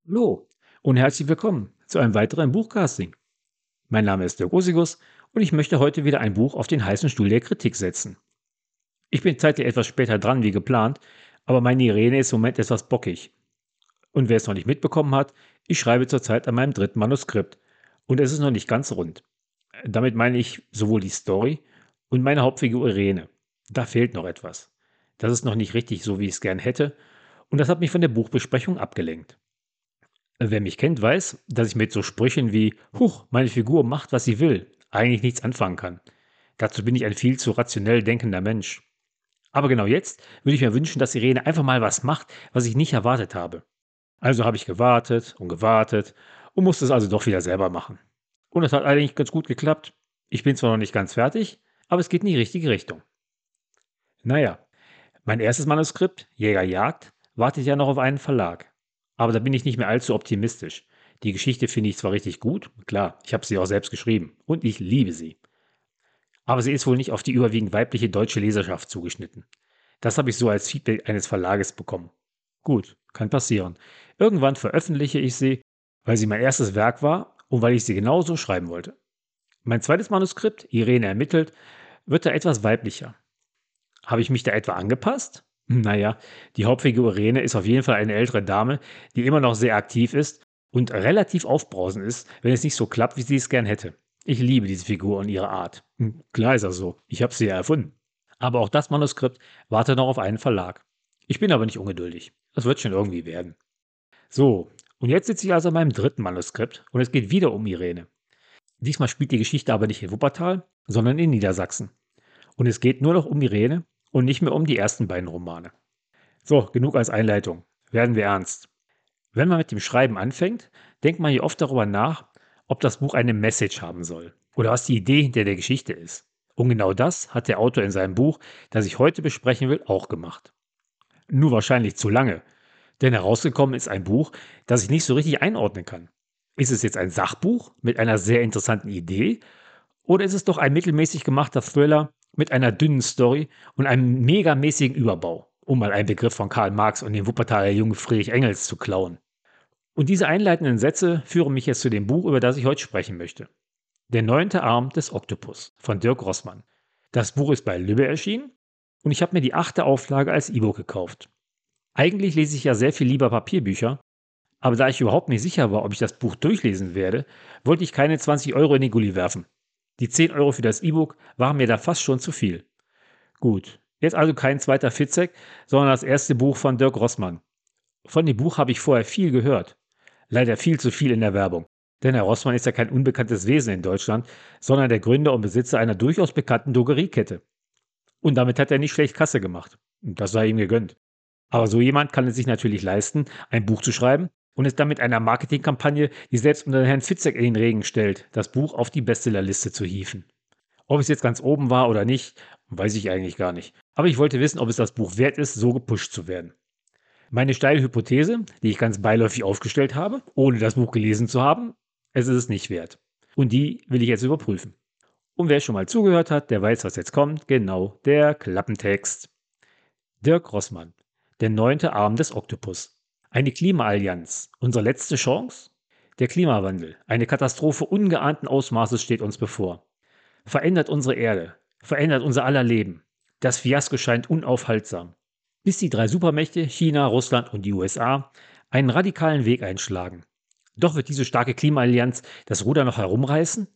Hallo und herzlich willkommen zu einem weiteren Buchcasting. Mein Name ist Dirk Osigus und ich möchte heute wieder ein Buch auf den heißen Stuhl der Kritik setzen. Ich bin zeitlich etwas später dran wie geplant, aber meine Irene ist im Moment etwas bockig. Und wer es noch nicht mitbekommen hat, ich schreibe zurzeit an meinem dritten Manuskript und es ist noch nicht ganz rund. Damit meine ich sowohl die Story und meine Hauptfigur Irene. Da fehlt noch etwas. Das ist noch nicht richtig so, wie ich es gern hätte und das hat mich von der Buchbesprechung abgelenkt. Wer mich kennt, weiß, dass ich mit so Sprüchen wie „Huch, meine Figur macht, was sie will“, eigentlich nichts anfangen kann. Dazu bin ich ein viel zu rationell denkender Mensch. Aber genau jetzt würde ich mir wünschen, dass Irene einfach mal was macht, was ich nicht erwartet habe. Also habe ich gewartet und musste es also doch wieder selber machen. Und es hat eigentlich ganz gut geklappt. Ich bin zwar noch nicht ganz fertig, aber es geht in die richtige Richtung. Naja, mein erstes Manuskript, Jäger Jagd, wartet ja noch auf einen Verlag. Aber da bin ich nicht mehr allzu optimistisch. Die Geschichte finde ich zwar richtig gut, klar, ich habe sie auch selbst geschrieben und ich liebe sie. Aber sie ist wohl nicht auf die überwiegend weibliche deutsche Leserschaft zugeschnitten. Das habe ich so als Feedback eines Verlages bekommen. Gut, kann passieren. Irgendwann veröffentliche ich sie, weil sie mein erstes Werk war und weil ich sie genauso schreiben wollte. Mein zweites Manuskript, Irene ermittelt, wird da etwas weiblicher. Habe ich mich da etwa angepasst? Naja, die Hauptfigur Irene ist auf jeden Fall eine ältere Dame, die immer noch sehr aktiv ist und relativ aufbrausend ist, wenn es nicht so klappt, wie sie es gern hätte. Ich liebe diese Figur und ihre Art. Klar ist das so. Ich habe sie ja erfunden. Aber auch das Manuskript wartet noch auf einen Verlag. Ich bin aber nicht ungeduldig. Das wird schon irgendwie werden. So, und jetzt sitze ich also an meinem dritten Manuskript und es geht wieder um Irene. Diesmal spielt die Geschichte aber nicht in Wuppertal, sondern in Niedersachsen. Und es geht nur noch um Irene und nicht mehr um die ersten beiden Romane. So, genug als Einleitung. Werden wir ernst. Wenn man mit dem Schreiben anfängt, denkt man hier oft darüber nach, ob das Buch eine Message haben soll oder was die Idee hinter der Geschichte ist. Und genau das hat der Autor in seinem Buch, das ich heute besprechen will, auch gemacht. Nur wahrscheinlich zu lange, denn herausgekommen ist ein Buch, das ich nicht so richtig einordnen kann. Ist es jetzt ein Sachbuch mit einer sehr interessanten Idee oder ist es doch ein mittelmäßig gemachter Thriller mit einer dünnen Story und einem megamäßigen Überbau, um mal einen Begriff von Karl Marx und dem Wuppertaler Jungen Friedrich Engels zu klauen? Und diese einleitenden Sätze führen mich jetzt zu dem Buch, über das ich heute sprechen möchte. Der neunte Arm des Oktopus von Dirk Rossmann. Das Buch ist bei Lübbe erschienen und ich habe mir die achte Auflage als E-Book gekauft. Eigentlich lese ich ja sehr viel lieber Papierbücher, aber da ich überhaupt nicht sicher war, ob ich das Buch durchlesen werde, wollte ich keine 20 € in den Gully werfen. Die 10 € für das E-Book waren mir da fast schon zu viel. Gut, jetzt also kein zweiter Fitzek, sondern das erste Buch von Dirk Rossmann. Von dem Buch habe ich vorher viel gehört. Leider viel zu viel in der Werbung. Denn Herr Rossmann ist ja kein unbekanntes Wesen in Deutschland, sondern der Gründer und Besitzer einer durchaus bekannten Drogeriekette. Und damit hat er nicht schlecht Kasse gemacht. Und das sei ihm gegönnt. Aber so jemand kann es sich natürlich leisten, ein Buch zu schreiben und es dann mit einer Marketingkampagne, die selbst unter Herrn Fitzek in den Regen stellt, das Buch auf die Bestsellerliste zu hieven. Ob es jetzt ganz oben war oder nicht, weiß ich eigentlich gar nicht. Aber ich wollte wissen, ob es das Buch wert ist, so gepusht zu werden. Meine steile Hypothese, die ich ganz beiläufig aufgestellt habe, ohne das Buch gelesen zu haben, es ist es nicht wert. Und die will ich jetzt überprüfen. Und wer schon mal zugehört hat, der weiß, was jetzt kommt. Genau, der Klappentext. Dirk Rossmann. Der neunte Arm des Oktopus. Eine Klimaallianz. Unsere letzte Chance? Der Klimawandel. Eine Katastrophe ungeahnten Ausmaßes steht uns bevor. Verändert unsere Erde. Verändert unser aller Leben. Das Fiasko scheint unaufhaltsam. Bis die drei Supermächte, China, Russland und die USA, einen radikalen Weg einschlagen. Doch wird diese starke Klimaallianz das Ruder noch herumreißen?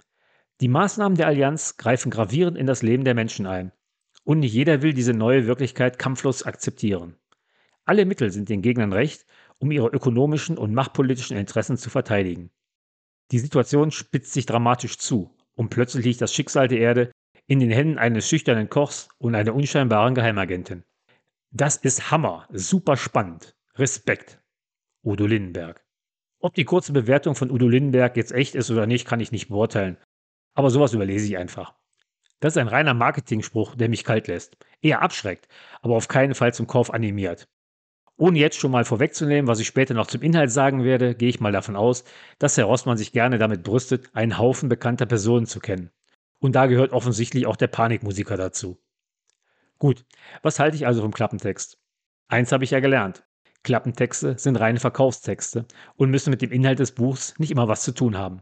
Die Maßnahmen der Allianz greifen gravierend in das Leben der Menschen ein. Und nicht jeder will diese neue Wirklichkeit kampflos akzeptieren. Alle Mittel sind den Gegnern recht, um ihre ökonomischen und machtpolitischen Interessen zu verteidigen. Die Situation spitzt sich dramatisch zu und plötzlich liegt das Schicksal der Erde in den Händen eines schüchternen Kochs und einer unscheinbaren Geheimagentin. Das ist Hammer, super spannend. Respekt. Udo Lindenberg. Ob die kurze Bewertung von Udo Lindenberg jetzt echt ist oder nicht, kann ich nicht beurteilen. Aber sowas überlese ich einfach. Das ist ein reiner Marketingspruch, der mich kalt lässt. Eher abschreckt, aber auf keinen Fall zum Kauf animiert. Ohne jetzt schon mal vorwegzunehmen, was ich später noch zum Inhalt sagen werde, gehe ich mal davon aus, dass Herr Rossmann sich gerne damit brüstet, einen Haufen bekannter Personen zu kennen. Und da gehört offensichtlich auch der Panikmusiker dazu. Gut, was halte ich also vom Klappentext? Eins habe ich ja gelernt. Klappentexte sind reine Verkaufstexte und müssen mit dem Inhalt des Buchs nicht immer was zu tun haben.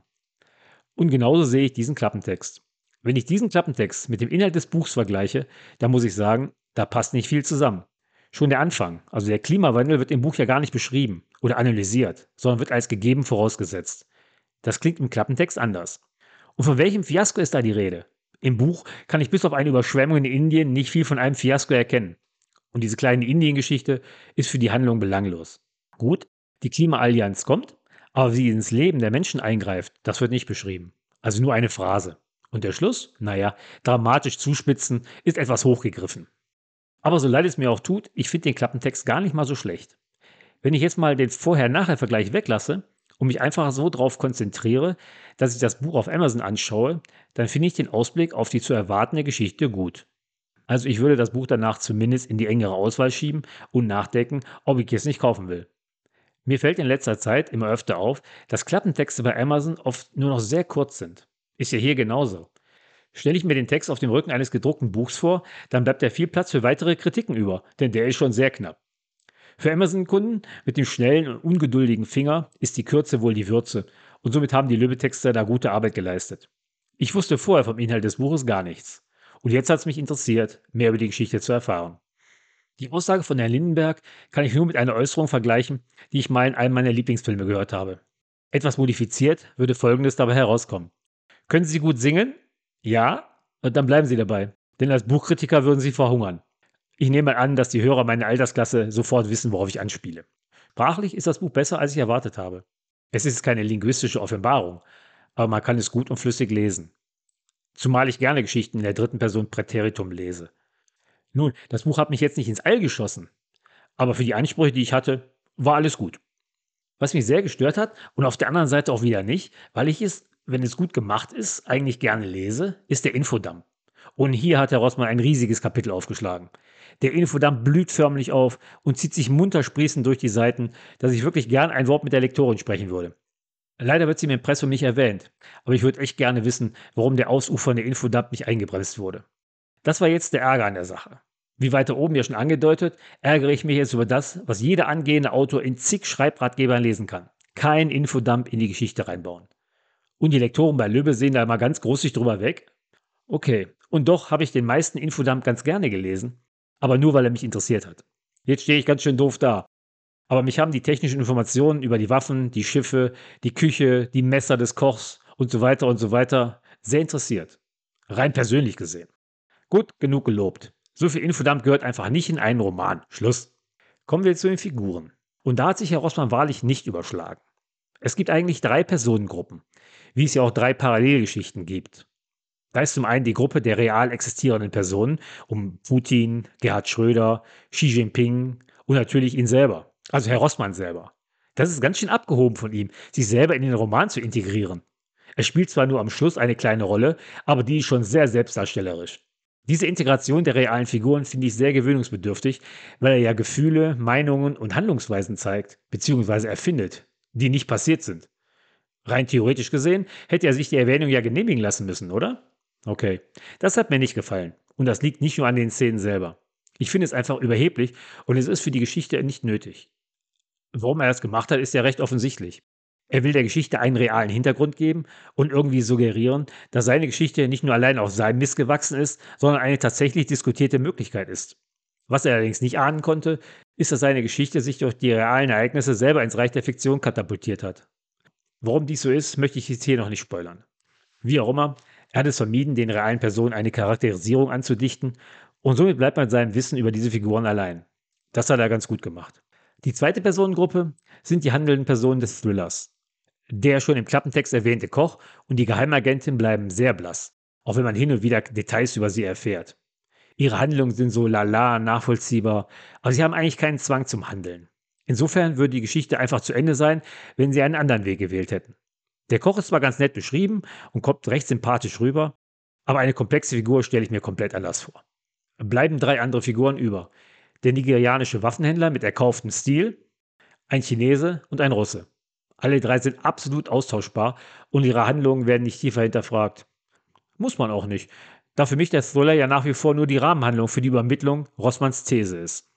Und genauso sehe ich diesen Klappentext. Wenn ich diesen Klappentext mit dem Inhalt des Buchs vergleiche, dann muss ich sagen, da passt nicht viel zusammen. Schon der Anfang, also der Klimawandel, wird im Buch ja gar nicht beschrieben oder analysiert, sondern wird als gegeben vorausgesetzt. Das klingt im Klappentext anders. Und von welchem Fiasko ist da die Rede? Im Buch kann ich bis auf eine Überschwemmung in Indien nicht viel von einem Fiasko erkennen. Und diese kleine Indien-Geschichte ist für die Handlung belanglos. Gut, die Klimaallianz kommt, aber wie sie ins Leben der Menschen eingreift, das wird nicht beschrieben. Also nur eine Phrase. Und der Schluss? Naja, dramatisch zuspitzen ist etwas hochgegriffen. Aber so leid es mir auch tut, ich finde den Klappentext gar nicht mal so schlecht. Wenn ich jetzt mal den Vorher-Nachher-Vergleich weglasse und mich einfach so darauf konzentriere, dass ich das Buch auf Amazon anschaue, dann finde ich den Ausblick auf die zu erwartende Geschichte gut. Also ich würde das Buch danach zumindest in die engere Auswahl schieben und nachdenken, ob ich es nicht kaufen will. Mir fällt in letzter Zeit immer öfter auf, dass Klappentexte bei Amazon oft nur noch sehr kurz sind. Ist ja hier genauso. Stelle ich mir den Text auf dem Rücken eines gedruckten Buchs vor, dann bleibt ja viel Platz für weitere Kritiken über, denn der ist schon sehr knapp. Für Amazon-Kunden mit dem schnellen und ungeduldigen Finger ist die Kürze wohl die Würze und somit haben die Löbetexter da gute Arbeit geleistet. Ich wusste vorher vom Inhalt des Buches gar nichts. Und jetzt hat es mich interessiert, mehr über die Geschichte zu erfahren. Die Aussage von Herrn Lindenberg kann ich nur mit einer Äußerung vergleichen, die ich mal in einem meiner Lieblingsfilme gehört habe. Etwas modifiziert würde Folgendes dabei herauskommen. Können Sie gut singen? Ja? Dann bleiben Sie dabei. Denn als Buchkritiker würden Sie verhungern. Ich nehme mal an, dass die Hörer meiner Altersklasse sofort wissen, worauf ich anspiele. Sprachlich ist das Buch besser, als ich erwartet habe. Es ist keine linguistische Offenbarung, aber man kann es gut und flüssig lesen. Zumal ich gerne Geschichten in der dritten Person Präteritum lese. Nun, das Buch hat mich jetzt nicht ins All geschossen, aber für die Ansprüche, die ich hatte, war alles gut. Was mich sehr gestört hat und auf der anderen Seite auch wieder nicht, weil ich es, wenn es gut gemacht ist, eigentlich gerne lese, ist der Infodump. Und hier hat Herr Rossmann ein riesiges Kapitel aufgeschlagen. Der Infodump blüht förmlich auf und zieht sich munter sprießend durch die Seiten, dass ich wirklich gern ein Wort mit der Lektorin sprechen würde. Leider wird sie im Impressum nicht erwähnt, aber ich würde echt gerne wissen, warum der ausufernde Infodump nicht eingebremst wurde. Das war jetzt der Ärger an der Sache. Wie weiter oben ja schon angedeutet, ärgere ich mich jetzt über das, was jeder angehende Autor in zig Schreibratgebern lesen kann. Kein Infodump in die Geschichte reinbauen. Und die Lektoren bei Löbe sehen da mal ganz großig drüber weg. Okay, und doch habe ich den meisten Infodump ganz gerne gelesen, aber nur weil er mich interessiert hat. Jetzt stehe ich ganz schön doof da. Aber mich haben die technischen Informationen über die Waffen, die Schiffe, die Küche, die Messer des Kochs und so weiter sehr interessiert. Rein persönlich gesehen. Gut, genug gelobt. So viel Infodump gehört einfach nicht in einen Roman. Schluss. Kommen wir zu den Figuren. Und da hat sich Herr Rossmann wahrlich nicht überschlagen. Es gibt eigentlich 3 Personengruppen, wie es ja auch 3 Parallelgeschichten gibt. Da ist zum einen die Gruppe der real existierenden Personen um Putin, Gerhard Schröder, Xi Jinping und natürlich ihn selber, also Herr Rossmann selber. Das ist ganz schön abgehoben von ihm, sich selber in den Roman zu integrieren. Er spielt zwar nur am Schluss eine kleine Rolle, aber die ist schon sehr selbstdarstellerisch. Diese Integration der realen Figuren finde ich sehr gewöhnungsbedürftig, weil er ja Gefühle, Meinungen und Handlungsweisen zeigt, beziehungsweise erfindet, die nicht passiert sind. Rein theoretisch gesehen hätte er sich die Erwähnung ja genehmigen lassen müssen, oder? Okay, das hat mir nicht gefallen. Und das liegt nicht nur an den Szenen selber. Ich finde es einfach überheblich und es ist für die Geschichte nicht nötig. Warum er das gemacht hat, ist ja recht offensichtlich. Er will der Geschichte einen realen Hintergrund geben und irgendwie suggerieren, dass seine Geschichte nicht nur allein auf seinem Mist gewachsen ist, sondern eine tatsächlich diskutierte Möglichkeit ist. Was er allerdings nicht ahnen konnte, ist, dass seine Geschichte sich durch die realen Ereignisse selber ins Reich der Fiktion katapultiert hat. Warum dies so ist, möchte ich jetzt hier noch nicht spoilern. Wie auch immer, er hat es vermieden, den realen Personen eine Charakterisierung anzudichten und somit bleibt man mit seinem Wissen über diese Figuren allein. Das hat er ganz gut gemacht. Die zweite Personengruppe sind die handelnden Personen des Thrillers. Der schon im Klappentext erwähnte Koch und die Geheimagentin bleiben sehr blass, auch wenn man hin und wieder Details über sie erfährt. Ihre Handlungen sind so lala nachvollziehbar, aber sie haben eigentlich keinen Zwang zum Handeln. Insofern würde die Geschichte einfach zu Ende sein, wenn sie einen anderen Weg gewählt hätten. Der Koch ist zwar ganz nett beschrieben und kommt recht sympathisch rüber, aber eine komplexe Figur stelle ich mir komplett anders vor. Bleiben 3 andere Figuren über. Der nigerianische Waffenhändler mit erkauftem Stil, ein Chinese und ein Russe. Alle 3 sind absolut austauschbar und ihre Handlungen werden nicht tiefer hinterfragt. Muss man auch nicht, da für mich der Thriller ja nach wie vor nur die Rahmenhandlung für die Übermittlung Rossmanns These ist.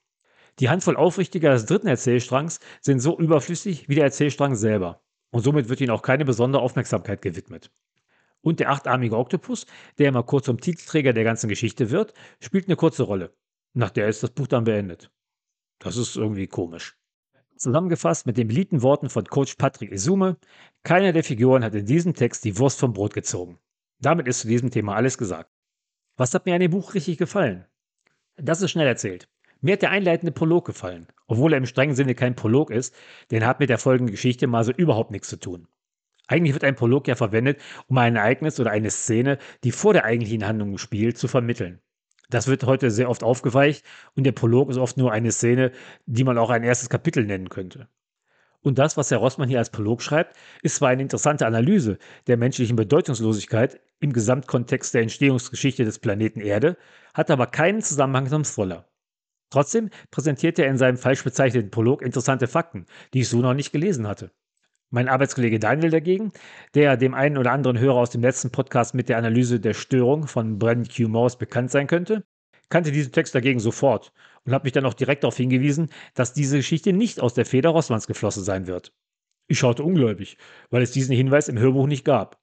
Die Handvoll Aufrichtiger des dritten Erzählstrangs sind so überflüssig wie der Erzählstrang selber. Und somit wird ihnen auch keine besondere Aufmerksamkeit gewidmet. Und der achtarmige Oktopus, der immer kurz zum Titelträger der ganzen Geschichte wird, spielt eine kurze Rolle. Nach der ist das Buch dann beendet. Das ist irgendwie komisch. Zusammengefasst mit den beliebten Worten von Coach Patrick Isume: Keiner der Figuren hat in diesem Text die Wurst vom Brot gezogen. Damit ist zu diesem Thema alles gesagt. Was hat mir an dem Buch richtig gefallen? Das ist schnell erzählt. Mir hat der einleitende Prolog gefallen, obwohl er im strengen Sinne kein Prolog ist, denn er hat mit der folgenden Geschichte mal so überhaupt nichts zu tun. Eigentlich wird ein Prolog ja verwendet, um ein Ereignis oder eine Szene, die vor der eigentlichen Handlung spielt, zu vermitteln. Das wird heute sehr oft aufgeweicht und der Prolog ist oft nur eine Szene, die man auch ein erstes Kapitel nennen könnte. Und das, was Herr Rossmann hier als Prolog schreibt, ist zwar eine interessante Analyse der menschlichen Bedeutungslosigkeit im Gesamtkontext der Entstehungsgeschichte des Planeten Erde, hat aber keinen Zusammenhang zum Thriller. Trotzdem präsentiert er in seinem falsch bezeichneten Prolog interessante Fakten, die ich so noch nicht gelesen hatte. Mein Arbeitskollege Daniel dagegen, der dem einen oder anderen Hörer aus dem letzten Podcast mit der Analyse der Störung von Brandon Q. Morse bekannt sein könnte, kannte diesen Text dagegen sofort und hat mich dann auch direkt darauf hingewiesen, dass diese Geschichte nicht aus der Feder Rossmanns geflossen sein wird. Ich schaute ungläubig, weil es diesen Hinweis im Hörbuch nicht gab.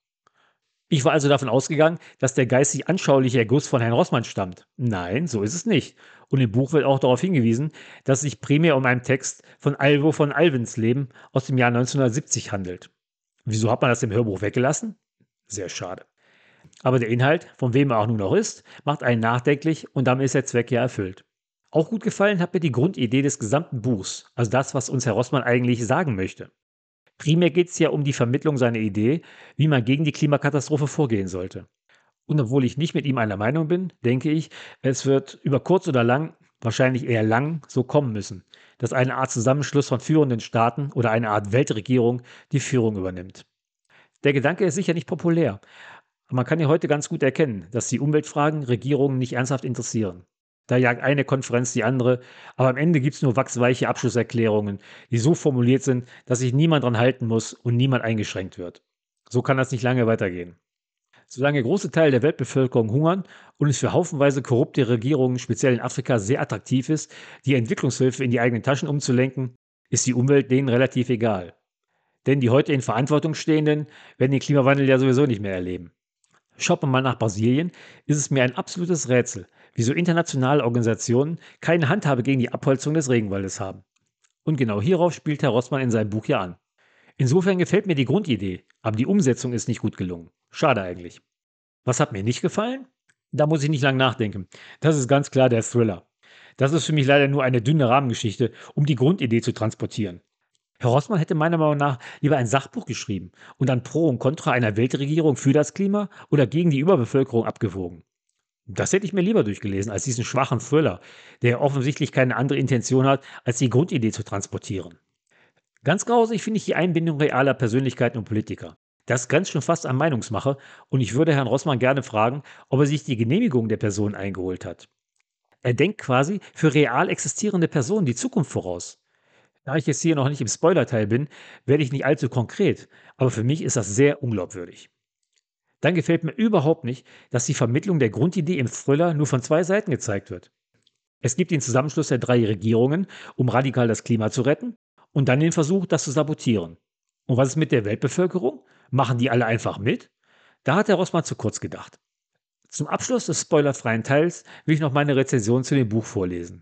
Ich war also davon ausgegangen, dass der geistig anschauliche Erguss von Herrn Rossmann stammt. Nein, so ist es nicht. Und im Buch wird auch darauf hingewiesen, dass es sich primär um einen Text von Alvo von Alvensleben aus dem Jahr 1970 handelt. Wieso hat man das im Hörbuch weggelassen? Sehr schade. Aber der Inhalt, von wem er auch nun noch ist, macht einen nachdenklich und damit ist der Zweck ja erfüllt. Auch gut gefallen hat mir die Grundidee des gesamten Buchs, also das, was uns Herr Rossmann eigentlich sagen möchte. Primär geht es ja um die Vermittlung seiner Idee, wie man gegen die Klimakatastrophe vorgehen sollte. Und obwohl ich nicht mit ihm einer Meinung bin, denke ich, es wird über kurz oder lang, wahrscheinlich eher lang, so kommen müssen, dass eine Art Zusammenschluss von führenden Staaten oder eine Art Weltregierung die Führung übernimmt. Der Gedanke ist sicher nicht populär, aber man kann ja heute ganz gut erkennen, dass die Umweltfragen Regierungen nicht ernsthaft interessieren. Da jagt eine Konferenz die andere, aber am Ende gibt es nur wachsweiche Abschlusserklärungen, die so formuliert sind, dass sich niemand dran halten muss und niemand eingeschränkt wird. So kann das nicht lange weitergehen. Solange große Teile der Weltbevölkerung hungern und es für haufenweise korrupte Regierungen, speziell in Afrika, sehr attraktiv ist, die Entwicklungshilfe in die eigenen Taschen umzulenken, ist die Umwelt denen relativ egal. Denn die heute in Verantwortung Stehenden werden den Klimawandel ja sowieso nicht mehr erleben. Schaut man mal nach Brasilien, ist es mir ein absolutes Rätsel, wieso internationale Organisationen keine Handhabe gegen die Abholzung des Regenwaldes haben. Und genau hierauf spielt Herr Rossmann in seinem Buch ja an. Insofern gefällt mir die Grundidee, aber die Umsetzung ist nicht gut gelungen. Schade eigentlich. Was hat mir nicht gefallen? Da muss ich nicht lang nachdenken. Das ist ganz klar der Thriller. Das ist für mich leider nur eine dünne Rahmengeschichte, um die Grundidee zu transportieren. Herr Rossmann hätte meiner Meinung nach lieber ein Sachbuch geschrieben und dann Pro und Contra einer Weltregierung für das Klima oder gegen die Überbevölkerung abgewogen. Das hätte ich mir lieber durchgelesen als diesen schwachen Thriller, der offensichtlich keine andere Intention hat, als die Grundidee zu transportieren. Ganz grausig finde ich die Einbindung realer Persönlichkeiten und Politiker. Das grenzt schon fast an Meinungsmache und ich würde Herrn Rossmann gerne fragen, ob er sich die Genehmigung der Person eingeholt hat. Er denkt quasi für real existierende Personen die Zukunft voraus. Da ich jetzt hier noch nicht im Spoilerteil bin, werde ich nicht allzu konkret, aber für mich ist das sehr unglaubwürdig. Dann gefällt mir überhaupt nicht, dass die Vermittlung der Grundidee im Thriller nur von zwei Seiten gezeigt wird. Es gibt den Zusammenschluss der drei Regierungen, um radikal das Klima zu retten, und dann den Versuch, das zu sabotieren. Und was ist mit der Weltbevölkerung? Machen die alle einfach mit? Da hat der Rossmann zu kurz gedacht. Zum Abschluss des spoilerfreien Teils will ich noch meine Rezension zu dem Buch vorlesen.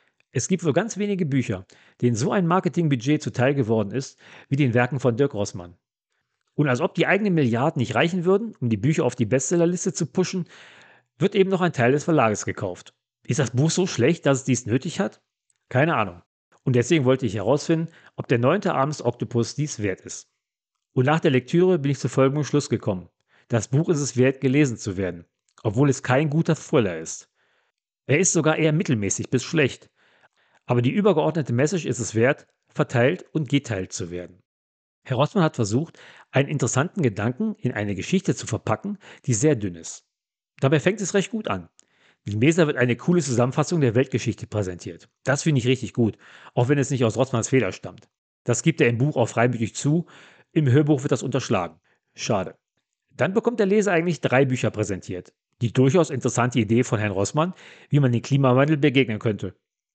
Es gibt wohl ganz wenige Bücher, denen so ein Marketingbudget zuteil geworden ist, wie den Werken von Dirk Rossmann. Und als ob die eigenen Milliarden nicht reichen würden, um die Bücher auf die Bestsellerliste zu pushen, wird eben noch ein Teil des Verlages gekauft. Ist das Buch so schlecht, dass es dies nötig hat? Keine Ahnung. Und deswegen wollte ich herausfinden, ob der 9. Abends Oktopus dies wert ist. Und nach der Lektüre bin ich zu folgendem Schluss gekommen. Das Buch ist es wert, gelesen zu werden, obwohl es kein guter Thriller ist. Er ist sogar eher mittelmäßig bis schlecht. Aber die übergeordnete Message ist es wert, verteilt und geteilt zu werden. Herr Rossmann hat versucht, einen interessanten Gedanken in eine Geschichte zu verpacken, die sehr dünn ist. Dabei fängt es recht gut an. Dem Leser wird eine coole Zusammenfassung der Weltgeschichte präsentiert. Das finde ich richtig gut, auch wenn es nicht aus Rossmanns Feder stammt. Das gibt er im Buch auch freimütig zu, im Hörbuch wird das unterschlagen. Schade. Dann bekommt der Leser eigentlich 3 Bücher präsentiert. Die durchaus interessante Idee von Herrn Rossmann, wie man dem Klimawandel begegnen könnte.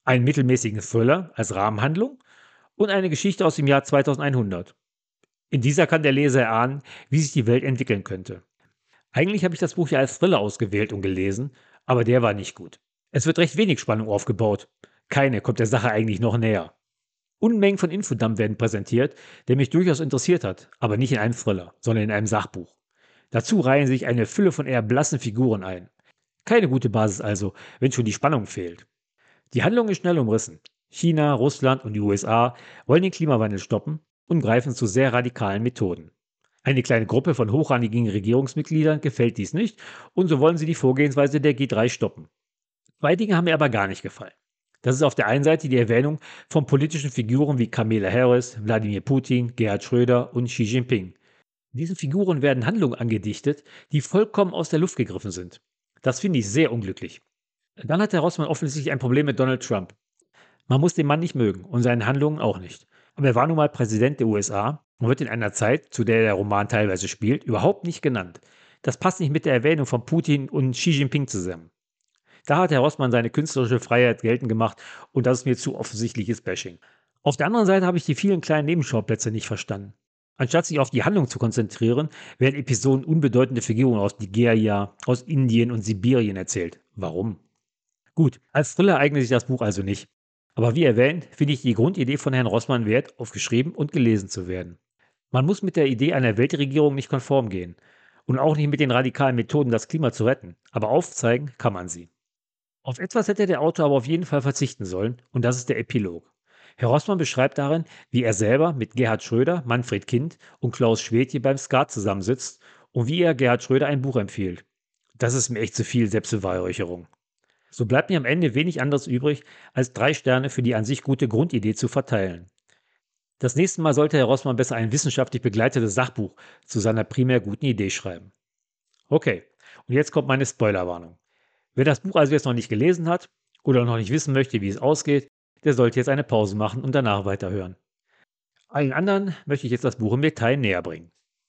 einen mittelmäßigen Thriller als Rahmenhandlung und eine Geschichte aus dem Jahr 2100. In dieser kann der Leser erahnen, wie sich die Welt entwickeln könnte. Eigentlich habe ich das Buch ja als Thriller ausgewählt und gelesen, aber der war nicht gut. Es wird recht wenig Spannung aufgebaut. Keine kommt der Sache eigentlich noch näher. Unmengen von Infodump werden präsentiert, der mich durchaus interessiert hat, aber nicht in einem Thriller, sondern in einem Sachbuch. Dazu reihen sich eine Fülle von eher blassen Figuren ein. Keine gute Basis also, wenn schon die Spannung fehlt. Die Handlung ist schnell umrissen. China, Russland und die USA wollen den Klimawandel stoppen und greifen zu sehr radikalen Methoden. Eine kleine Gruppe von hochrangigen Regierungsmitgliedern gefällt dies nicht und so wollen sie die Vorgehensweise der G3 stoppen. Zwei Dinge haben mir aber gar nicht gefallen. Das ist auf der einen Seite die Erwähnung von politischen Figuren wie Kamala Harris, Wladimir Putin, Gerhard Schröder und Xi Jinping. Diesen Figuren werden Handlungen angedichtet, die vollkommen aus der Luft gegriffen sind. Das finde ich sehr unglücklich. Dann hat Herr Rossmann offensichtlich ein Problem mit Donald Trump. Man muss den Mann nicht mögen und seine Handlungen auch nicht. Aber er war nun mal Präsident der USA und wird in einer Zeit, zu der der Roman teilweise spielt, überhaupt nicht genannt. Das passt nicht mit der Erwähnung von Putin und Xi Jinping zusammen. Da hat Herr Rossmann seine künstlerische Freiheit geltend gemacht und das ist mir zu offensichtliches Bashing. Auf der anderen Seite habe ich die vielen kleinen Nebenschauplätze nicht verstanden. Anstatt sich auf die Handlung zu konzentrieren, werden Episoden unbedeutende Figuren aus Nigeria, aus Indien und Sibirien erzählt. Warum? Gut, als Thriller eignet sich das Buch also nicht. Aber wie erwähnt, finde ich die Grundidee von Herrn Rossmann wert, aufgeschrieben und gelesen zu werden. Man muss mit der Idee einer Weltregierung nicht konform gehen und auch nicht mit den radikalen Methoden, das Klima zu retten, aber aufzeigen kann man sie. Auf etwas hätte der Autor aber auf jeden Fall verzichten sollen, und das ist der Epilog. Herr Rossmann beschreibt darin, wie er selber mit Gerhard Schröder, Manfred Kind und Klaus Schwedje beim Skat zusammensitzt und wie er Gerhard Schröder ein Buch empfiehlt. Das ist mir echt zu viel Selbstbeweihräucherung. So bleibt mir am Ende wenig anderes übrig, als 3 Sterne für die an sich gute Grundidee zu verteilen. Das nächste Mal sollte Herr Rossmann besser ein wissenschaftlich begleitetes Sachbuch zu seiner primär guten Idee schreiben. Okay, und jetzt kommt meine Spoilerwarnung. Wer das Buch also jetzt noch nicht gelesen hat oder noch nicht wissen möchte, wie es ausgeht, der sollte jetzt eine Pause machen und danach weiterhören. Allen anderen möchte ich jetzt das Buch im Detail näher bringen.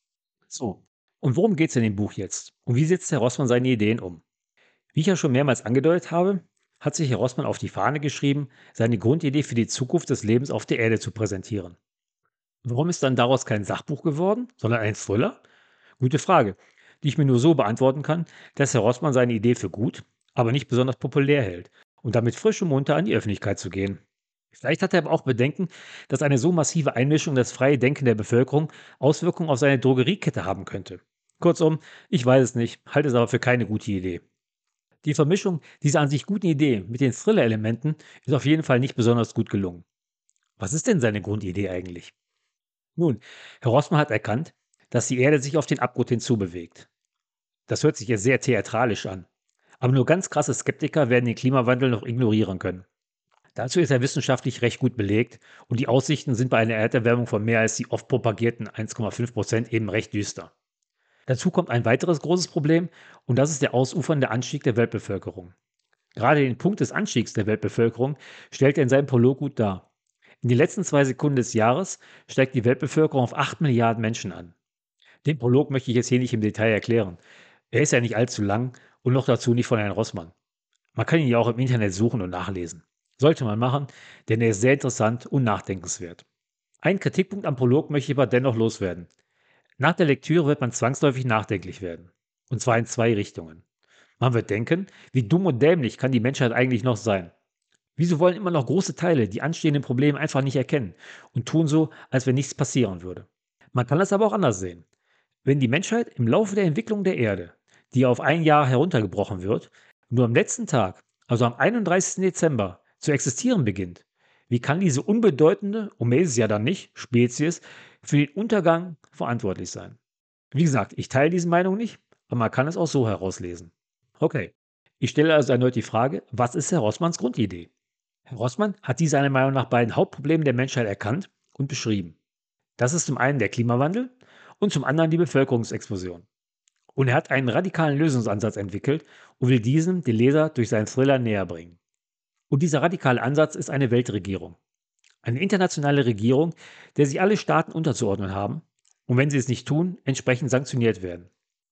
So, und worum geht es in dem Buch jetzt? Und wie setzt Herr Rossmann seine Ideen um? Wie ich ja schon mehrmals angedeutet habe, hat sich Herr Rossmann auf die Fahne geschrieben, seine Grundidee für die Zukunft des Lebens auf der Erde zu präsentieren. Warum ist dann daraus kein Sachbuch geworden, sondern ein Thriller? Gute Frage, die ich mir nur so beantworten kann, dass Herr Rossmann seine Idee für gut, aber nicht besonders populär hält und damit frisch und munter an die Öffentlichkeit zu gehen. Vielleicht hat er aber auch Bedenken, dass eine so massive Einmischung in das freie Denken der Bevölkerung Auswirkungen auf seine Drogeriekette haben könnte. Kurzum, ich weiß es nicht, halte es aber für keine gute Idee. Die Vermischung dieser an sich guten Idee mit den Thriller-Elementen ist auf jeden Fall nicht besonders gut gelungen. Was ist denn seine Grundidee eigentlich? Nun, Herr Rossmann hat erkannt, dass die Erde sich auf den Abgrund hinzubewegt. Das hört sich jetzt sehr theatralisch an. Aber nur ganz krasse Skeptiker werden den Klimawandel noch ignorieren können. Dazu ist er wissenschaftlich recht gut belegt und die Aussichten sind bei einer Erderwärmung von mehr als die oft propagierten 1,5% eben recht düster. Dazu kommt ein weiteres großes Problem und das ist der ausufernde Anstieg der Weltbevölkerung. Gerade den Punkt des Anstiegs der Weltbevölkerung stellt er in seinem Prolog gut dar. In den letzten 2 Sekunden des Jahres steigt die Weltbevölkerung auf 8 Milliarden Menschen an. Den Prolog möchte ich jetzt hier nicht im Detail erklären. Er ist ja nicht allzu lang und noch dazu nicht von Herrn Rossmann. Man kann ihn ja auch im Internet suchen und nachlesen. Sollte man machen, denn er ist sehr interessant und nachdenkenswert. Einen Kritikpunkt am Prolog möchte ich aber dennoch loswerden. Nach der Lektüre wird man zwangsläufig nachdenklich werden. Und zwar in 2 Richtungen. Man wird denken, wie dumm und dämlich kann die Menschheit eigentlich noch sein? Wieso wollen immer noch große Teile die anstehenden Probleme einfach nicht erkennen und tun so, als wenn nichts passieren würde? Man kann das aber auch anders sehen. Wenn die Menschheit im Laufe der Entwicklung der Erde, die auf ein Jahr heruntergebrochen wird, nur am letzten Tag, also am 31. Dezember, zu existieren beginnt, wie kann diese unbedeutende, und mehr ist es ja dann nicht, Spezies für den Untergang verantwortlich sein? Wie gesagt, ich teile diese Meinung nicht, aber man kann es auch so herauslesen. Okay, ich stelle also erneut die Frage, was ist Herr Rossmanns Grundidee? Herr Rossmann hat die seiner Meinung nach beiden Hauptprobleme der Menschheit erkannt und beschrieben. Das ist zum einen der Klimawandel und zum anderen die Bevölkerungsexplosion. Und er hat einen radikalen Lösungsansatz entwickelt und will diesen den Leser durch seinen Thriller näher bringen. Und dieser radikale Ansatz ist eine Weltregierung. Eine internationale Regierung, der sich alle Staaten unterzuordnen haben und wenn sie es nicht tun, entsprechend sanktioniert werden.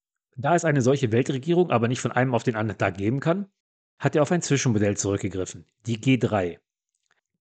Da es eine solche Weltregierung aber nicht von einem auf den anderen Tag geben kann, hat er auf ein Zwischenmodell zurückgegriffen, die G3.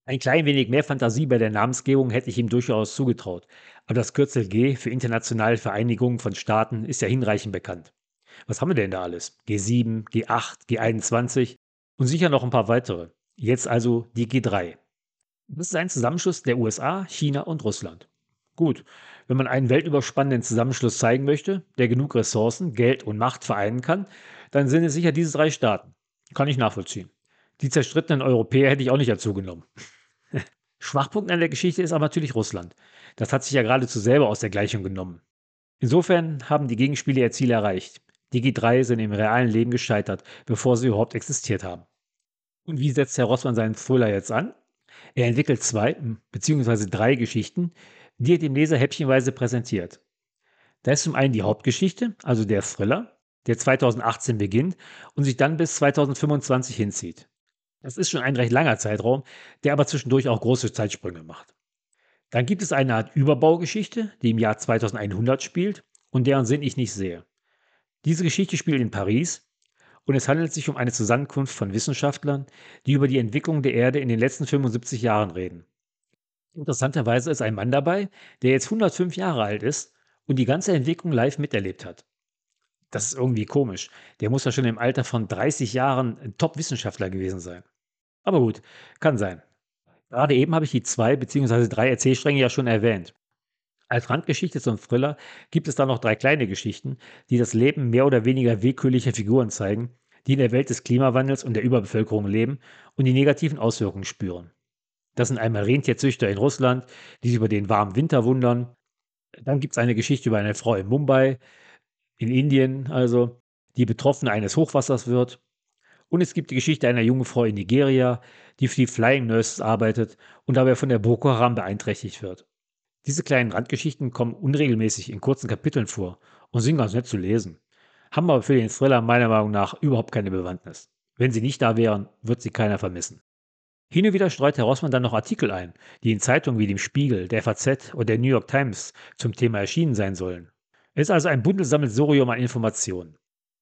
Ein klein wenig mehr Fantasie bei der Namensgebung hätte ich ihm durchaus zugetraut, aber das Kürzel G für Internationale Vereinigung von Staaten ist ja hinreichend bekannt. Was haben wir denn da alles? G7, G8, G21 und sicher noch ein paar weitere. Jetzt also die G3. Das ist ein Zusammenschluss der USA, China und Russland. Gut, wenn man einen weltüberspannenden Zusammenschluss zeigen möchte, der genug Ressourcen, Geld und Macht vereinen kann, dann sind es sicher diese drei Staaten. Kann ich nachvollziehen. Die zerstrittenen Europäer hätte ich auch nicht dazu genommen. Schwachpunkt an der Geschichte ist aber natürlich Russland. Das hat sich ja geradezu selber aus der Gleichung genommen. Insofern haben die Gegenspiele ihr Ziel erreicht. Die G3 sind im realen Leben gescheitert, bevor sie überhaupt existiert haben. Und wie setzt Herr Rossmann seinen Thriller jetzt an? Er entwickelt zwei bzw. drei Geschichten, die er dem Leser häppchenweise präsentiert. Da ist zum einen die Hauptgeschichte, also der Thriller, der 2018 beginnt und sich dann bis 2025 hinzieht. Das ist schon ein recht langer Zeitraum, der aber zwischendurch auch große Zeitsprünge macht. Dann gibt es eine Art Überbaugeschichte, die im Jahr 2100 spielt und deren Sinn ich nicht sehe. Diese Geschichte spielt in Paris und es handelt sich um eine Zusammenkunft von Wissenschaftlern, die über die Entwicklung der Erde in den letzten 75 Jahren reden. Interessanterweise ist ein Mann dabei, der jetzt 105 Jahre alt ist und die ganze Entwicklung live miterlebt hat. Das ist irgendwie komisch. Der muss ja schon im Alter von 30 Jahren ein Top-Wissenschaftler gewesen sein. Aber gut, kann sein. Gerade eben habe ich die zwei bzw. drei Erzählstränge ja schon erwähnt. Als Randgeschichte zum Thriller gibt es dann noch drei kleine Geschichten, die das Leben mehr oder weniger willkürlicher Figuren zeigen, die in der Welt des Klimawandels und der Überbevölkerung leben und die negativen Auswirkungen spüren. Das sind einmal Rentierzüchter in Russland, die sich über den warmen Winter wundern. Dann gibt es eine Geschichte über eine Frau in Mumbai, in Indien also, die Betroffene eines Hochwassers wird. Und es gibt die Geschichte einer jungen Frau in Nigeria, die für die Flying Nurses arbeitet und dabei von der Boko Haram beeinträchtigt wird. Diese kleinen Randgeschichten kommen unregelmäßig in kurzen Kapiteln vor und sind ganz nett zu lesen, haben aber für den Thriller meiner Meinung nach überhaupt keine Bewandtnis. Wenn sie nicht da wären, wird sie keiner vermissen. Hin und wieder streut Herr Rossmann dann noch Artikel ein, die in Zeitungen wie dem Spiegel, der FAZ oder der New York Times zum Thema erschienen sein sollen. Es ist also ein buntes Sammelsurium an Informationen.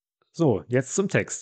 So, jetzt zum Text.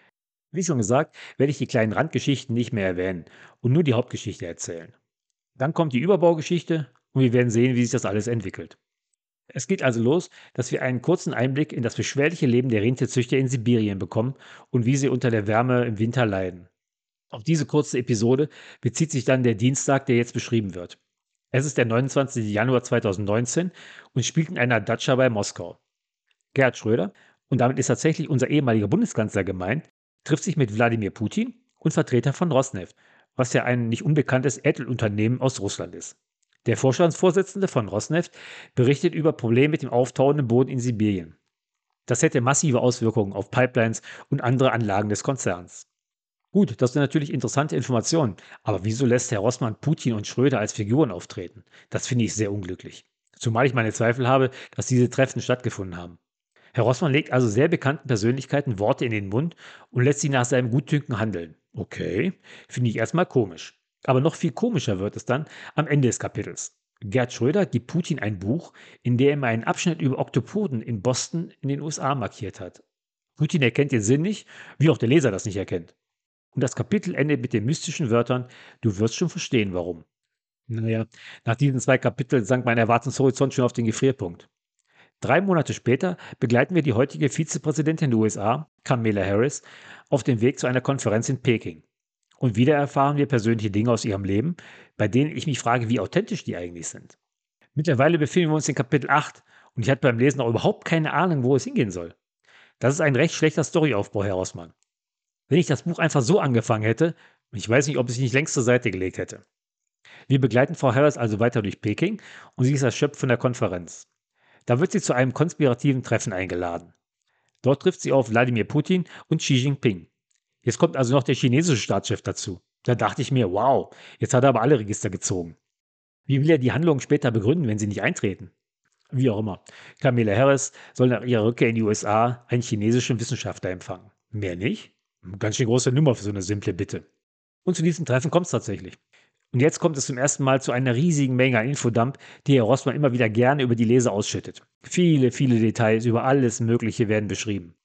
Wie schon gesagt, werde ich die kleinen Randgeschichten nicht mehr erwähnen und nur die Hauptgeschichte erzählen. Dann kommt die Überbaugeschichte und wir werden sehen, wie sich das alles entwickelt. Es geht also los, dass wir einen kurzen Einblick in das beschwerliche Leben der Rentierzüchter in Sibirien bekommen und wie sie unter der Wärme im Winter leiden. Auf diese kurze Episode bezieht sich dann der Dienstag, der jetzt beschrieben wird. Es ist der 29. Januar 2019 und spielt in einer Datscha bei Moskau. Gerhard Schröder, und damit ist tatsächlich unser ehemaliger Bundeskanzler gemeint, trifft sich mit Wladimir Putin und Vertreter von Rosneft, was ja ein nicht unbekanntes Erdölunternehmen aus Russland ist. Der Vorstandsvorsitzende von Rosneft berichtet über Probleme mit dem auftauenden Boden in Sibirien. Das hätte massive Auswirkungen auf Pipelines und andere Anlagen des Konzerns. Gut, das sind natürlich interessante Informationen, aber wieso lässt Herr Rossmann Putin und Schröder als Figuren auftreten? Das finde ich sehr unglücklich. Zumal ich meine Zweifel habe, dass diese Treffen stattgefunden haben. Herr Rossmann legt also sehr bekannten Persönlichkeiten Worte in den Mund und lässt sie nach seinem Gutdünken handeln. Okay, finde ich erstmal komisch. Aber noch viel komischer wird es dann am Ende des Kapitels. Gerd Schröder gibt Putin ein Buch, in dem er einen Abschnitt über Oktopoden in Boston in den USA markiert hat. Putin erkennt den Sinn nicht, wie auch der Leser das nicht erkennt. Und das Kapitel endet mit den mystischen Wörtern, du wirst schon verstehen, warum. Naja, nach diesen zwei Kapiteln sank mein Erwartungshorizont schon auf den Gefrierpunkt. 3 Monate später begleiten wir die heutige Vizepräsidentin der USA, Kamala Harris, auf dem Weg zu einer Konferenz in Peking. Und wieder erfahren wir persönliche Dinge aus ihrem Leben, bei denen ich mich frage, wie authentisch die eigentlich sind. Mittlerweile befinden wir uns in Kapitel 8 und ich hatte beim Lesen auch überhaupt keine Ahnung, wo es hingehen soll. Das ist ein recht schlechter Storyaufbau, Herr Rossmann. Wenn ich das Buch einfach so angefangen hätte, ich weiß nicht, ob ich es nicht längst zur Seite gelegt hätte. Wir begleiten Frau Harris also weiter durch Peking und sie ist erschöpft von der Konferenz. Da wird sie zu einem konspirativen Treffen eingeladen. Dort trifft sie auf Wladimir Putin und Xi Jinping. Jetzt kommt also noch der chinesische Staatschef dazu. Da dachte ich mir, wow, jetzt hat er aber alle Register gezogen. Wie will er die Handlungen später begründen, wenn sie nicht eintreten? Wie auch immer. Kamala Harris soll nach ihrer Rückkehr in die USA einen chinesischen Wissenschaftler empfangen. Mehr nicht? Ganz schön große Nummer für so eine simple Bitte. Und zu diesem Treffen kommt es tatsächlich. Und jetzt kommt es zum ersten Mal zu einer riesigen Menge an Infodump, die Herr Rossmann immer wieder gerne über die Leser ausschüttet. Viele, viele Details über alles Mögliche werden beschrieben.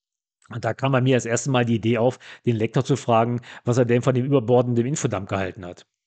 Und da kam bei mir das erste Mal die Idee auf, den Lektor zu fragen, was er denn von dem überbordenden Infodump gehalten hat.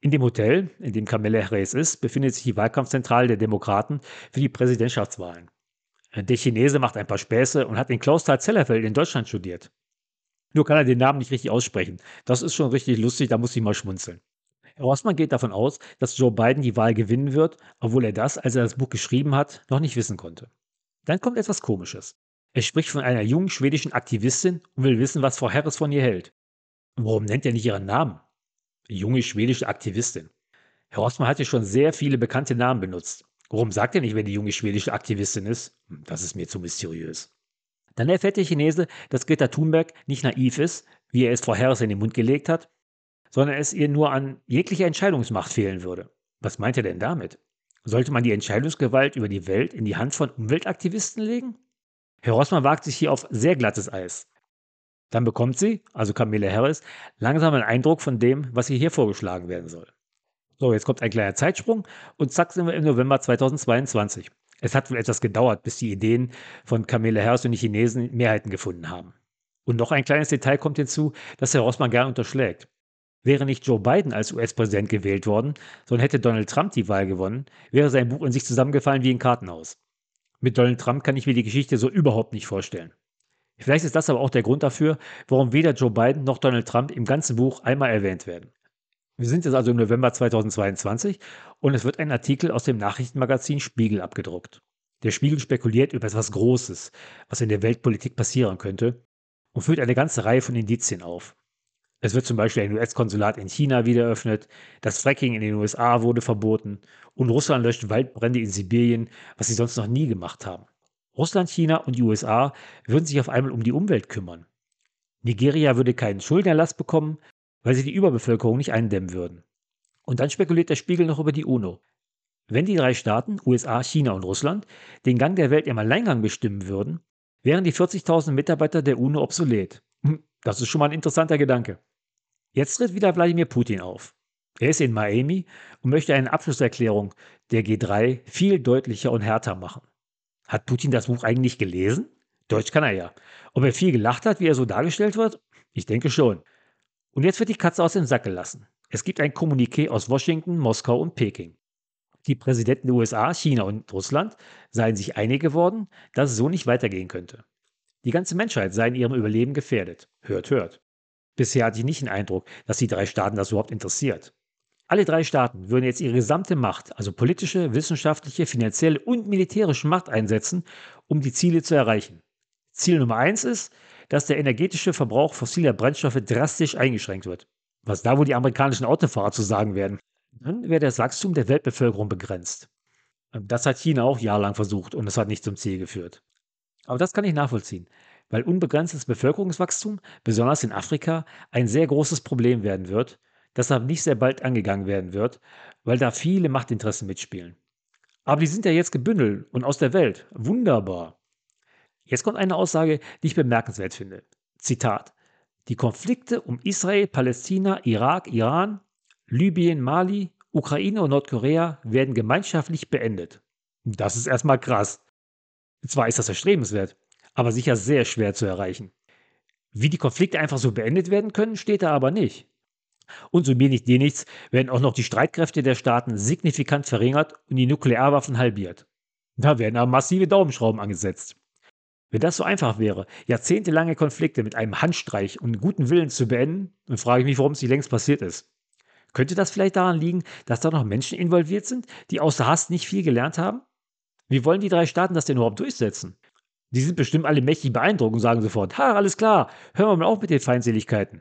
In dem Hotel, in dem Kamala Harris ist, befindet sich die Wahlkampfzentrale der Demokraten für die Präsidentschaftswahlen. Der Chinese macht ein paar Späße und hat in Clausthal-Zellerfeld in Deutschland studiert. Nur kann er den Namen nicht richtig aussprechen. Das ist schon richtig lustig, da muss ich mal schmunzeln. Herr Rossmann geht davon aus, dass Joe Biden die Wahl gewinnen wird, obwohl er das, als er das Buch geschrieben hat, noch nicht wissen konnte. Dann kommt etwas Komisches. Er spricht von einer jungen schwedischen Aktivistin und will wissen, was Frau Harris von ihr hält. Warum nennt er nicht ihren Namen? Junge schwedische Aktivistin. Herr Rossmann hat ja schon sehr viele bekannte Namen benutzt. Warum sagt er nicht, wer die junge schwedische Aktivistin ist? Das ist mir zu mysteriös. Dann erfährt der Chinese, dass Greta Thunberg nicht naiv ist, wie er es Frau Harris in den Mund gelegt hat, sondern es ihr nur an jeglicher Entscheidungsmacht fehlen würde. Was meint er denn damit? Sollte man die Entscheidungsgewalt über die Welt in die Hand von Umweltaktivisten legen? Herr Rossmann wagt sich hier auf sehr glattes Eis. Dann bekommt sie, also Kamala Harris, langsam einen Eindruck von dem, was ihr hier vorgeschlagen werden soll. So, jetzt kommt ein kleiner Zeitsprung und zack sind wir im November 2022. Es hat wohl etwas gedauert, bis die Ideen von Kamala Harris und die Chinesen Mehrheiten gefunden haben. Und noch ein kleines Detail kommt hinzu, das Herr Rossmann gern unterschlägt. Wäre nicht Joe Biden als US-Präsident gewählt worden, sondern hätte Donald Trump die Wahl gewonnen, wäre sein Buch in sich zusammengefallen wie ein Kartenhaus. Mit Donald Trump kann ich mir die Geschichte so überhaupt nicht vorstellen. Vielleicht ist das aber auch der Grund dafür, warum weder Joe Biden noch Donald Trump im ganzen Buch einmal erwähnt werden. Wir sind jetzt also im November 2022 und es wird ein Artikel aus dem Nachrichtenmagazin Spiegel abgedruckt. Der Spiegel spekuliert über etwas Großes, was in der Weltpolitik passieren könnte und führt eine ganze Reihe von Indizien auf. Es wird zum Beispiel ein US-Konsulat in China wieder eröffnet, das Fracking in den USA wurde verboten und Russland löscht Waldbrände in Sibirien, was sie sonst noch nie gemacht haben. Russland, China und die USA würden sich auf einmal um die Umwelt kümmern. Nigeria würde keinen Schuldenerlass bekommen, weil sie die Überbevölkerung nicht eindämmen würden. Und dann spekuliert der Spiegel noch über die UNO. Wenn die drei Staaten, USA, China und Russland, den Gang der Welt im Alleingang bestimmen würden, wären die 40.000 Mitarbeiter der UNO obsolet. Das ist schon mal ein interessanter Gedanke. Jetzt tritt wieder Wladimir Putin auf. Er ist in Miami und möchte eine Abschlusserklärung der G3 viel deutlicher und härter machen. Hat Putin das Buch eigentlich gelesen? Deutsch kann er ja. Ob er viel gelacht hat, wie er so dargestellt wird? Ich denke schon. Und jetzt wird die Katze aus dem Sack gelassen. Es gibt ein Kommuniqué aus Washington, Moskau und Peking. Die Präsidenten der USA, China und Russland seien sich einig geworden, dass es so nicht weitergehen könnte. Die ganze Menschheit sei in ihrem Überleben gefährdet. Hört, hört. Bisher hatte ich nicht den Eindruck, dass die drei Staaten das überhaupt interessiert. Alle drei Staaten würden jetzt ihre gesamte Macht, also politische, wissenschaftliche, finanzielle und militärische Macht einsetzen, um die Ziele zu erreichen. Ziel Nummer 1 ist, dass der energetische Verbrauch fossiler Brennstoffe drastisch eingeschränkt wird. Was da wohl die amerikanischen Autofahrer zu sagen werden. Dann wäre das Wachstum der Weltbevölkerung begrenzt. Das hat China auch jahrelang versucht und es hat nicht zum Ziel geführt. Aber das kann ich nachvollziehen, weil unbegrenztes Bevölkerungswachstum, besonders in Afrika, ein sehr großes Problem werden wird, das aber nicht sehr bald angegangen werden wird, weil da viele Machtinteressen mitspielen. Aber die sind ja jetzt gebündelt und aus der Welt. Wunderbar. Jetzt kommt eine Aussage, die ich bemerkenswert finde. Zitat: Die Konflikte um Israel, Palästina, Irak, Iran, Libyen, Mali, Ukraine und Nordkorea werden gemeinschaftlich beendet. Das ist erstmal krass. Zwar ist das erstrebenswert, aber sicher sehr schwer zu erreichen. Wie die Konflikte einfach so beendet werden können, steht da aber nicht. Und so mir nicht dir nichts, werden auch noch die Streitkräfte der Staaten signifikant verringert und die Nuklearwaffen halbiert. Da werden aber massive Daumenschrauben angesetzt. Wenn das so einfach wäre, jahrzehntelange Konflikte mit einem Handstreich und guten Willen zu beenden, dann frage ich mich, warum es nicht längst passiert ist. Könnte das vielleicht daran liegen, dass da noch Menschen involviert sind, die außer Hass nicht viel gelernt haben? Wie wollen die drei Staaten das denn überhaupt durchsetzen? Die sind bestimmt alle mächtig beeindruckt und sagen sofort, ha, alles klar, hören wir mal auf mit den Feindseligkeiten.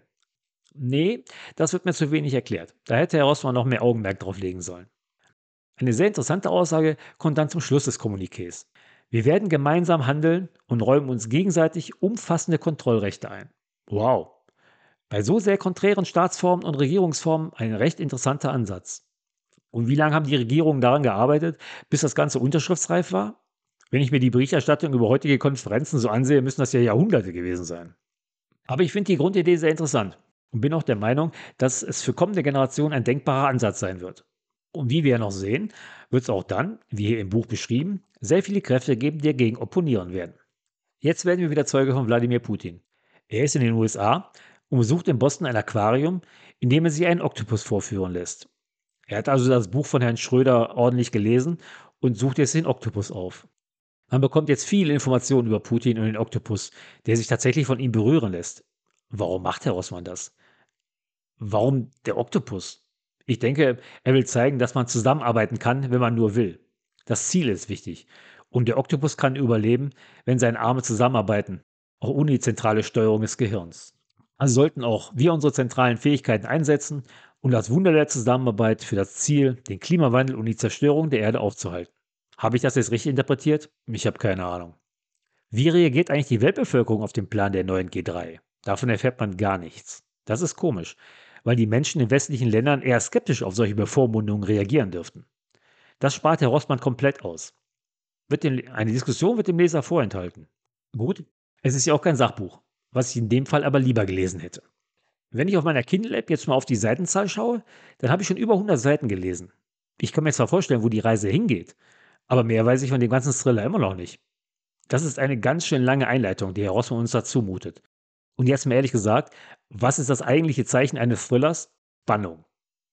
Nee, das wird mir zu wenig erklärt. Da hätte Herr Rossmann noch mehr Augenmerk drauf legen sollen. Eine sehr interessante Aussage kommt dann zum Schluss des Kommuniqués. Wir werden gemeinsam handeln und räumen uns gegenseitig umfassende Kontrollrechte ein. Wow. Bei so sehr konträren Staatsformen und Regierungsformen ein recht interessanter Ansatz. Und wie lange haben die Regierungen daran gearbeitet, bis das Ganze unterschriftsreif war? Wenn ich mir die Berichterstattung über heutige Konferenzen so ansehe, müssen das ja Jahrhunderte gewesen sein. Aber ich finde die Grundidee sehr interessant und bin auch der Meinung, dass es für kommende Generationen ein denkbarer Ansatz sein wird. Und wie wir ja noch sehen, wird es auch dann, wie hier im Buch beschrieben, sehr viele Kräfte geben, die dagegen opponieren werden. Jetzt werden wir wieder Zeuge von Wladimir Putin. Er ist in den USA und besucht in Boston ein Aquarium, in dem er sich einen Oktopus vorführen lässt. Er hat also das Buch von Herrn Schröder ordentlich gelesen und sucht jetzt den Oktopus auf. Man bekommt jetzt viele Informationen über Putin und den Oktopus, der sich tatsächlich von ihm berühren lässt. Warum macht Herr Rossmann das? Warum der Oktopus? Ich denke, er will zeigen, dass man zusammenarbeiten kann, wenn man nur will. Das Ziel ist wichtig. Und der Oktopus kann überleben, wenn seine Arme zusammenarbeiten, auch ohne die zentrale Steuerung des Gehirns. Also sollten auch wir unsere zentralen Fähigkeiten einsetzen und das Wunder der Zusammenarbeit für das Ziel, den Klimawandel und die Zerstörung der Erde aufzuhalten. Habe ich das jetzt richtig interpretiert? Ich habe keine Ahnung. Wie reagiert eigentlich die Weltbevölkerung auf den Plan der neuen G3? Davon erfährt man gar nichts. Das ist komisch, weil die Menschen in westlichen Ländern eher skeptisch auf solche Bevormundungen reagieren dürften. Das spart Herr Rossmann komplett aus. Eine Diskussion wird dem Leser vorenthalten. Gut, es ist ja auch kein Sachbuch, was ich in dem Fall aber lieber gelesen hätte. Wenn ich auf meiner Kindle-App jetzt mal auf die Seitenzahl schaue, dann habe ich schon über 100 Seiten gelesen. Ich kann mir zwar vorstellen, wo die Reise hingeht, aber mehr weiß ich von dem ganzen Thriller immer noch nicht. Das ist eine ganz schön lange Einleitung, die Herr Rossmann uns da zumutet. Und jetzt mal ehrlich gesagt, was ist das eigentliche Zeichen eines Thrillers? Spannung.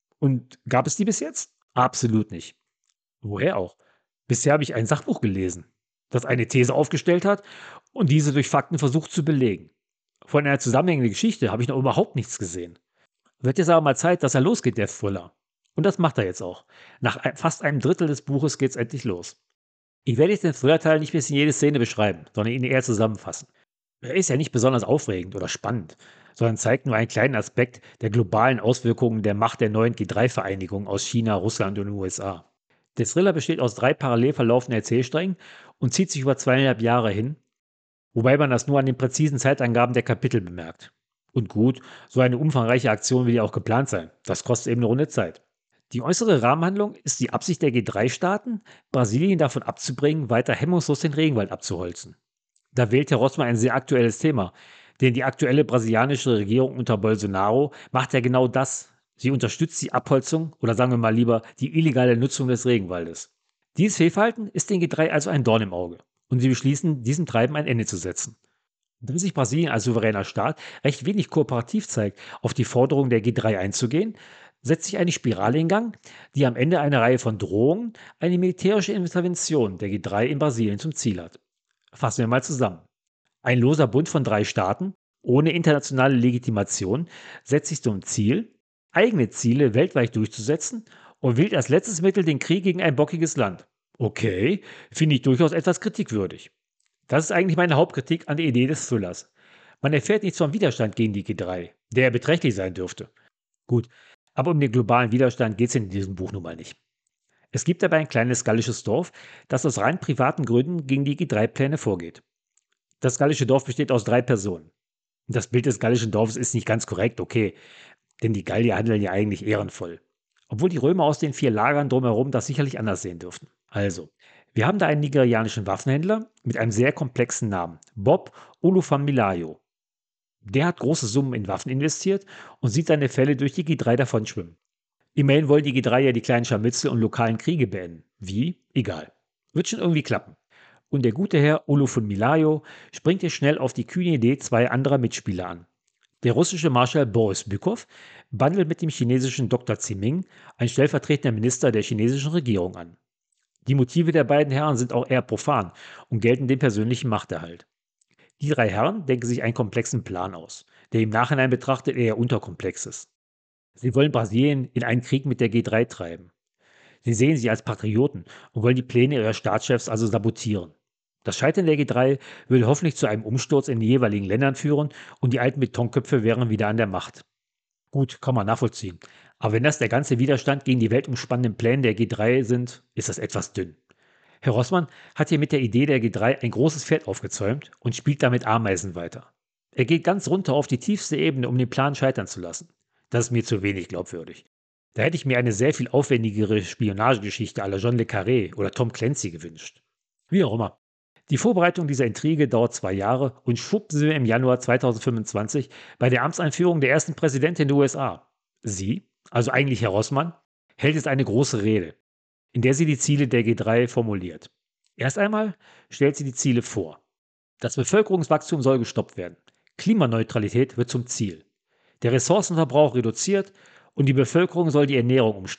Und gab es die bis jetzt? Absolut nicht. Woher auch? Bisher habe ich ein Sachbuch gelesen, das eine These aufgestellt hat und diese durch Fakten versucht zu belegen. Von einer zusammenhängenden Geschichte habe ich noch überhaupt nichts gesehen. Wird jetzt aber mal Zeit, dass er losgeht, der Thriller. Und das macht er jetzt auch. Fast einem Drittel des Buches geht es endlich los. Ich werde jetzt den Thriller-Teil nicht bis in jede Szene beschreiben, sondern ihn eher zusammenfassen. Er ist ja nicht besonders aufregend oder spannend, sondern zeigt nur einen kleinen Aspekt der globalen Auswirkungen der Macht der neuen G3-Vereinigung aus China, Russland und den USA. Der Thriller besteht aus 3 parallel verlaufenden Erzählsträngen und zieht sich über 2,5 Jahre hin, wobei man das nur an den präzisen Zeitangaben der Kapitel bemerkt. Und gut, so eine umfangreiche Aktion will ja auch geplant sein. Das kostet eben eine Runde Zeit. Die äußere Rahmenhandlung ist die Absicht der G3-Staaten, Brasilien davon abzubringen, weiter hemmungslos den Regenwald abzuholzen. Da wählt Herr Rossmann ein sehr aktuelles Thema, denn die aktuelle brasilianische Regierung unter Bolsonaro macht ja genau das. Sie unterstützt die Abholzung oder sagen wir mal lieber die illegale Nutzung des Regenwaldes. Dieses Fehlverhalten ist den G3 also ein Dorn im Auge und sie beschließen, diesem Treiben ein Ende zu setzen. Da sich Brasilien als souveräner Staat recht wenig kooperativ zeigt, auf die Forderungen der G3 einzugehen, setzt sich eine Spirale in Gang, die am Ende eine Reihe von Drohungen, eine militärische Intervention der G3 in Brasilien zum Ziel hat. Fassen wir mal zusammen. Ein loser Bund von 3 Staaten, ohne internationale Legitimation, setzt sich zum Ziel, eigene Ziele weltweit durchzusetzen und wählt als letztes Mittel den Krieg gegen ein bockiges Land. Okay, finde ich durchaus etwas kritikwürdig. Das ist eigentlich meine Hauptkritik an der Idee des Thrillers. Man erfährt nichts vom Widerstand gegen die G3, der ja beträchtlich sein dürfte. Gut, aber um den globalen Widerstand geht es in diesem Buch nun mal nicht. Es gibt dabei ein kleines gallisches Dorf, das aus rein privaten Gründen gegen die G3-Pläne vorgeht. Das gallische Dorf besteht aus 3 Personen. Das Bild des gallischen Dorfes ist nicht ganz korrekt, okay, denn die Gallier handeln ja eigentlich ehrenvoll. Obwohl die Römer aus den 4 Lagern drumherum das sicherlich anders sehen dürften. Also, wir haben da einen nigerianischen Waffenhändler mit einem sehr komplexen Namen, Bob Olufamilayo. Der hat große Summen in Waffen investiert und sieht seine Fälle durch die G3 davonschwimmen. Immerhin wollen die G3 ja die kleinen Scharmützel und lokalen Kriege beenden. Wie? Egal. Wird schon irgendwie klappen. Und der gute Herr Olufamilayo springt hier schnell auf die kühne Idee 2 anderer Mitspieler an. Der russische Marschall Boris Bykow bandelt mit dem chinesischen Dr. Ziming, ein stellvertretender Minister der chinesischen Regierung, an. Die Motive der beiden Herren sind auch eher profan und gelten dem persönlichen Machterhalt. Die 3 Herren denken sich einen komplexen Plan aus, der im Nachhinein betrachtet eher unterkomplex ist. Sie wollen Brasilien in einen Krieg mit der G3 treiben. Sie sehen sich als Patrioten und wollen die Pläne ihrer Staatschefs also sabotieren. Das Scheitern der G3 würde hoffentlich zu einem Umsturz in den jeweiligen Ländern führen und die alten Betonköpfe wären wieder an der Macht. Gut, kann man nachvollziehen. Aber wenn das der ganze Widerstand gegen die weltumspannenden Pläne der G3 sind, ist das etwas dünn. Herr Rossmann hat hier mit der Idee der G3 ein großes Pferd aufgezäumt und spielt damit Ameisen weiter. Er geht ganz runter auf die tiefste Ebene, um den Plan scheitern zu lassen. Das ist mir zu wenig glaubwürdig. Da hätte ich mir eine sehr viel aufwendigere Spionagegeschichte à la John le Carré oder Tom Clancy gewünscht. Wie auch immer. Die Vorbereitung dieser Intrige dauert 2 Jahre und schwupp sind wir im Januar 2025 bei der Amtseinführung der ersten Präsidentin der USA. Sie, also eigentlich Herr Rossmann, hält jetzt eine große Rede, in der sie die Ziele der G3 formuliert. Erst einmal stellt sie die Ziele vor. Das Bevölkerungswachstum soll gestoppt werden. Klimaneutralität wird zum Ziel. Der Ressourcenverbrauch reduziert und die Bevölkerung soll die Ernährung umstellen.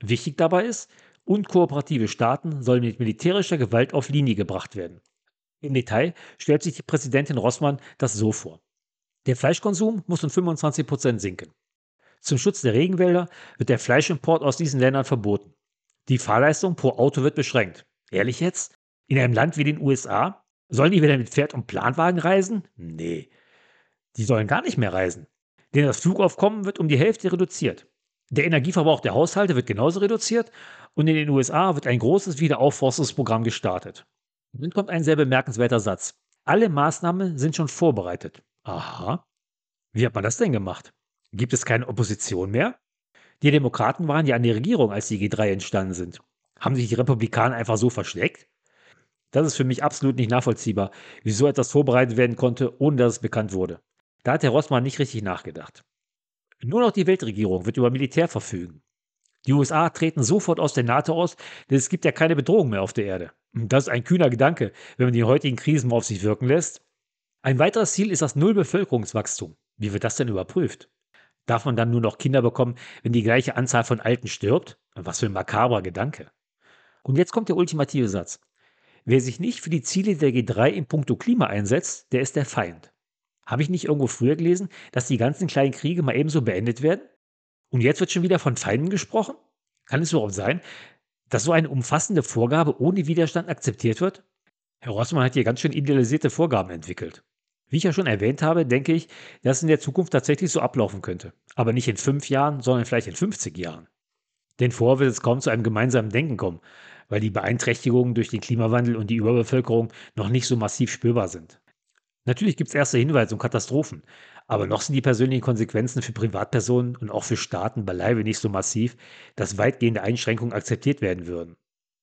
Wichtig dabei ist, unkooperative Staaten sollen mit militärischer Gewalt auf Linie gebracht werden. Im Detail stellt sich die Präsidentin Rossmann das so vor. Der Fleischkonsum muss um 25% sinken. Zum Schutz der Regenwälder wird der Fleischimport aus diesen Ländern verboten. Die Fahrleistung pro Auto wird beschränkt. Ehrlich jetzt? In einem Land wie den USA? Sollen die wieder mit Pferd und Planwagen reisen? Nee. Die sollen gar nicht mehr reisen. Denn das Flugaufkommen wird um die Hälfte reduziert. Der Energieverbrauch der Haushalte wird genauso reduziert und in den USA wird ein großes Wiederaufforstungsprogramm gestartet. Nun kommt ein sehr bemerkenswerter Satz. Alle Maßnahmen sind schon vorbereitet. Aha. Wie hat man das denn gemacht? Gibt es keine Opposition mehr? Die Demokraten waren ja an der Regierung, als die G3 entstanden sind. Haben sich die Republikaner einfach so versteckt? Das ist für mich absolut nicht nachvollziehbar, wieso etwas vorbereitet werden konnte, ohne dass es bekannt wurde. Da hat Herr Rossmann nicht richtig nachgedacht. Nur noch die Weltregierung wird über Militär verfügen. Die USA treten sofort aus der NATO aus, denn es gibt ja keine Bedrohung mehr auf der Erde. Das ist ein kühner Gedanke, wenn man die heutigen Krisen mal auf sich wirken lässt. Ein weiteres Ziel ist das Null-Bevölkerungswachstum. Wie wird das denn überprüft? Darf man dann nur noch Kinder bekommen, wenn die gleiche Anzahl von Alten stirbt? Was für ein makaberer Gedanke. Und jetzt kommt der ultimative Satz. Wer sich nicht für die Ziele der G3 in puncto Klima einsetzt, der ist der Feind. Habe ich nicht irgendwo früher gelesen, dass die ganzen kleinen Kriege mal ebenso beendet werden? Und jetzt wird schon wieder von Feinden gesprochen? Kann es überhaupt sein, dass so eine umfassende Vorgabe ohne Widerstand akzeptiert wird? Herr Rossmann hat hier ganz schön idealisierte Vorgaben entwickelt. Wie ich ja schon erwähnt habe, denke ich, dass es in der Zukunft tatsächlich so ablaufen könnte. Aber nicht in 5 Jahren, sondern vielleicht in 50 Jahren. Denn vorher wird es kaum zu einem gemeinsamen Denken kommen, weil die Beeinträchtigungen durch den Klimawandel und die Überbevölkerung noch nicht so massiv spürbar sind. Natürlich gibt es erste Hinweise und Katastrophen, aber noch sind die persönlichen Konsequenzen für Privatpersonen und auch für Staaten beileibe nicht so massiv, dass weitgehende Einschränkungen akzeptiert werden würden.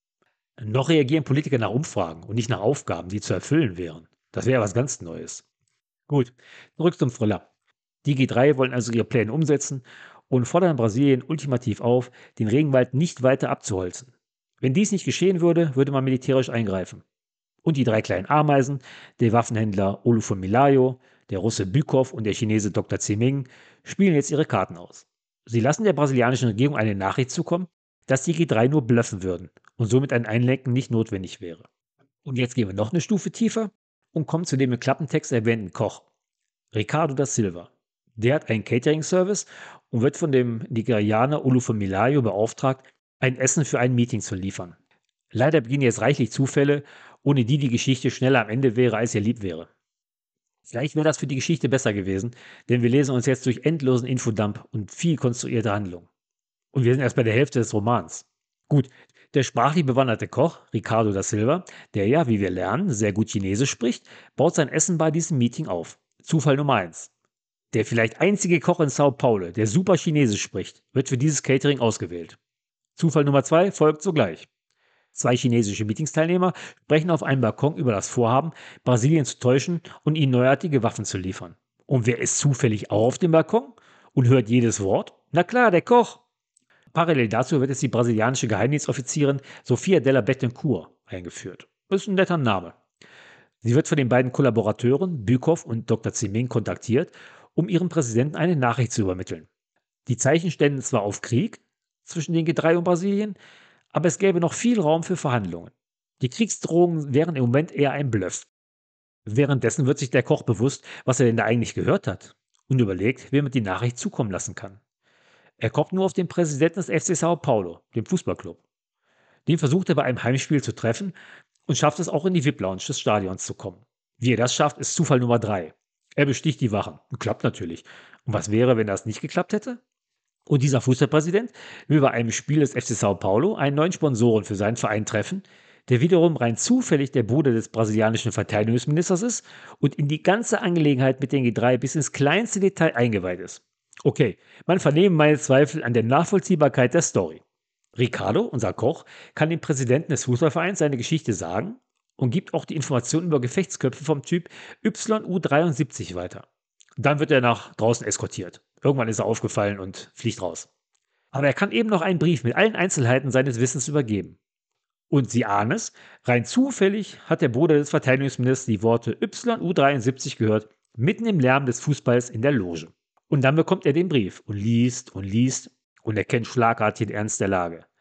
Noch reagieren Politiker nach Umfragen und nicht nach Aufgaben, die zu erfüllen wären. Das wäre was ganz Neues. Gut, zurück zum Thriller. Die G3 wollen also ihre Pläne umsetzen und fordern Brasilien ultimativ auf, den Regenwald nicht weiter abzuholzen. Wenn dies nicht geschehen würde, würde man militärisch eingreifen. Und die 3 kleinen Ameisen, der Waffenhändler Olufunmilayo, der Russe Bykov und der Chinese Dr. Zeming, spielen jetzt ihre Karten aus. Sie lassen der brasilianischen Regierung eine Nachricht zukommen, dass die G3 nur bluffen würden und somit ein Einlenken nicht notwendig wäre. Und jetzt gehen wir noch eine Stufe tiefer und kommen zu dem im Klappentext erwähnten Koch, Ricardo da Silva. Der hat einen Catering-Service und wird von dem Nigerianer Olufunmilayo beauftragt, ein Essen für ein Meeting zu liefern. Leider beginnen jetzt reichlich Zufälle, ohne die die Geschichte schneller am Ende wäre, als ihr lieb wäre. Vielleicht wäre das für die Geschichte besser gewesen, denn wir lesen uns jetzt durch endlosen Infodump und viel konstruierte Handlung. Und wir sind erst bei der Hälfte des Romans. Gut, der sprachlich bewanderte Koch, Ricardo da Silva, der ja, wie wir lernen, sehr gut Chinesisch spricht, baut sein Essen bei diesem Meeting auf. Zufall Nummer 1. Der vielleicht einzige Koch in Sao Paulo, der super Chinesisch spricht, wird für dieses Catering ausgewählt. Zufall Nummer 2 folgt sogleich. 2 chinesische Meetingsteilnehmer sprechen auf einem Balkon über das Vorhaben, Brasilien zu täuschen und ihnen neuartige Waffen zu liefern. Und wer ist zufällig auch auf dem Balkon und hört jedes Wort? Na klar, der Koch. Parallel dazu wird jetzt die brasilianische Geheimdienstoffizierin Sofia Della Bettencourt eingeführt. Das ist ein netter Name. Sie wird von den beiden Kollaborateuren, Bykov und Dr. Zeming, kontaktiert, um ihrem Präsidenten eine Nachricht zu übermitteln. Die Zeichen ständen zwar auf Krieg zwischen den G3 und Brasilien, aber es gäbe noch viel Raum für Verhandlungen. Die Kriegsdrohungen wären im Moment eher ein Bluff. Währenddessen wird sich der Koch bewusst, was er denn da eigentlich gehört hat und überlegt, wem er die Nachricht zukommen lassen kann. Er kommt nur auf den Präsidenten des FC Sao Paulo, dem Fußballclub. Den versucht er bei einem Heimspiel zu treffen und schafft es auch in die VIP-Lounge des Stadions zu kommen. Wie er das schafft, ist Zufall Nummer 3. Er besticht die Wachen. Klappt natürlich. Und was wäre, wenn das nicht geklappt hätte? Und dieser Fußballpräsident will bei einem Spiel des FC Sao Paulo einen neuen Sponsoren für seinen Verein treffen, der wiederum rein zufällig der Bruder des brasilianischen Verteidigungsministers ist und in die ganze Angelegenheit mit den G3 bis ins kleinste Detail eingeweiht ist. Okay, man vernehme meine Zweifel an der Nachvollziehbarkeit der Story. Ricardo, unser Koch, kann dem Präsidenten des Fußballvereins seine Geschichte sagen und gibt auch die Informationen über Gefechtsköpfe vom Typ YU73 weiter. Dann wird er nach draußen eskortiert. Irgendwann ist er aufgefallen und fliegt raus. Aber er kann eben noch einen Brief mit allen Einzelheiten seines Wissens übergeben. Und Sie ahnen es, rein zufällig hat der Bruder des Verteidigungsministers die Worte YU73 gehört, mitten im Lärm des Fußballs in der Loge. Und dann bekommt er den Brief und liest und erkennt schlagartig den Ernst der Lage.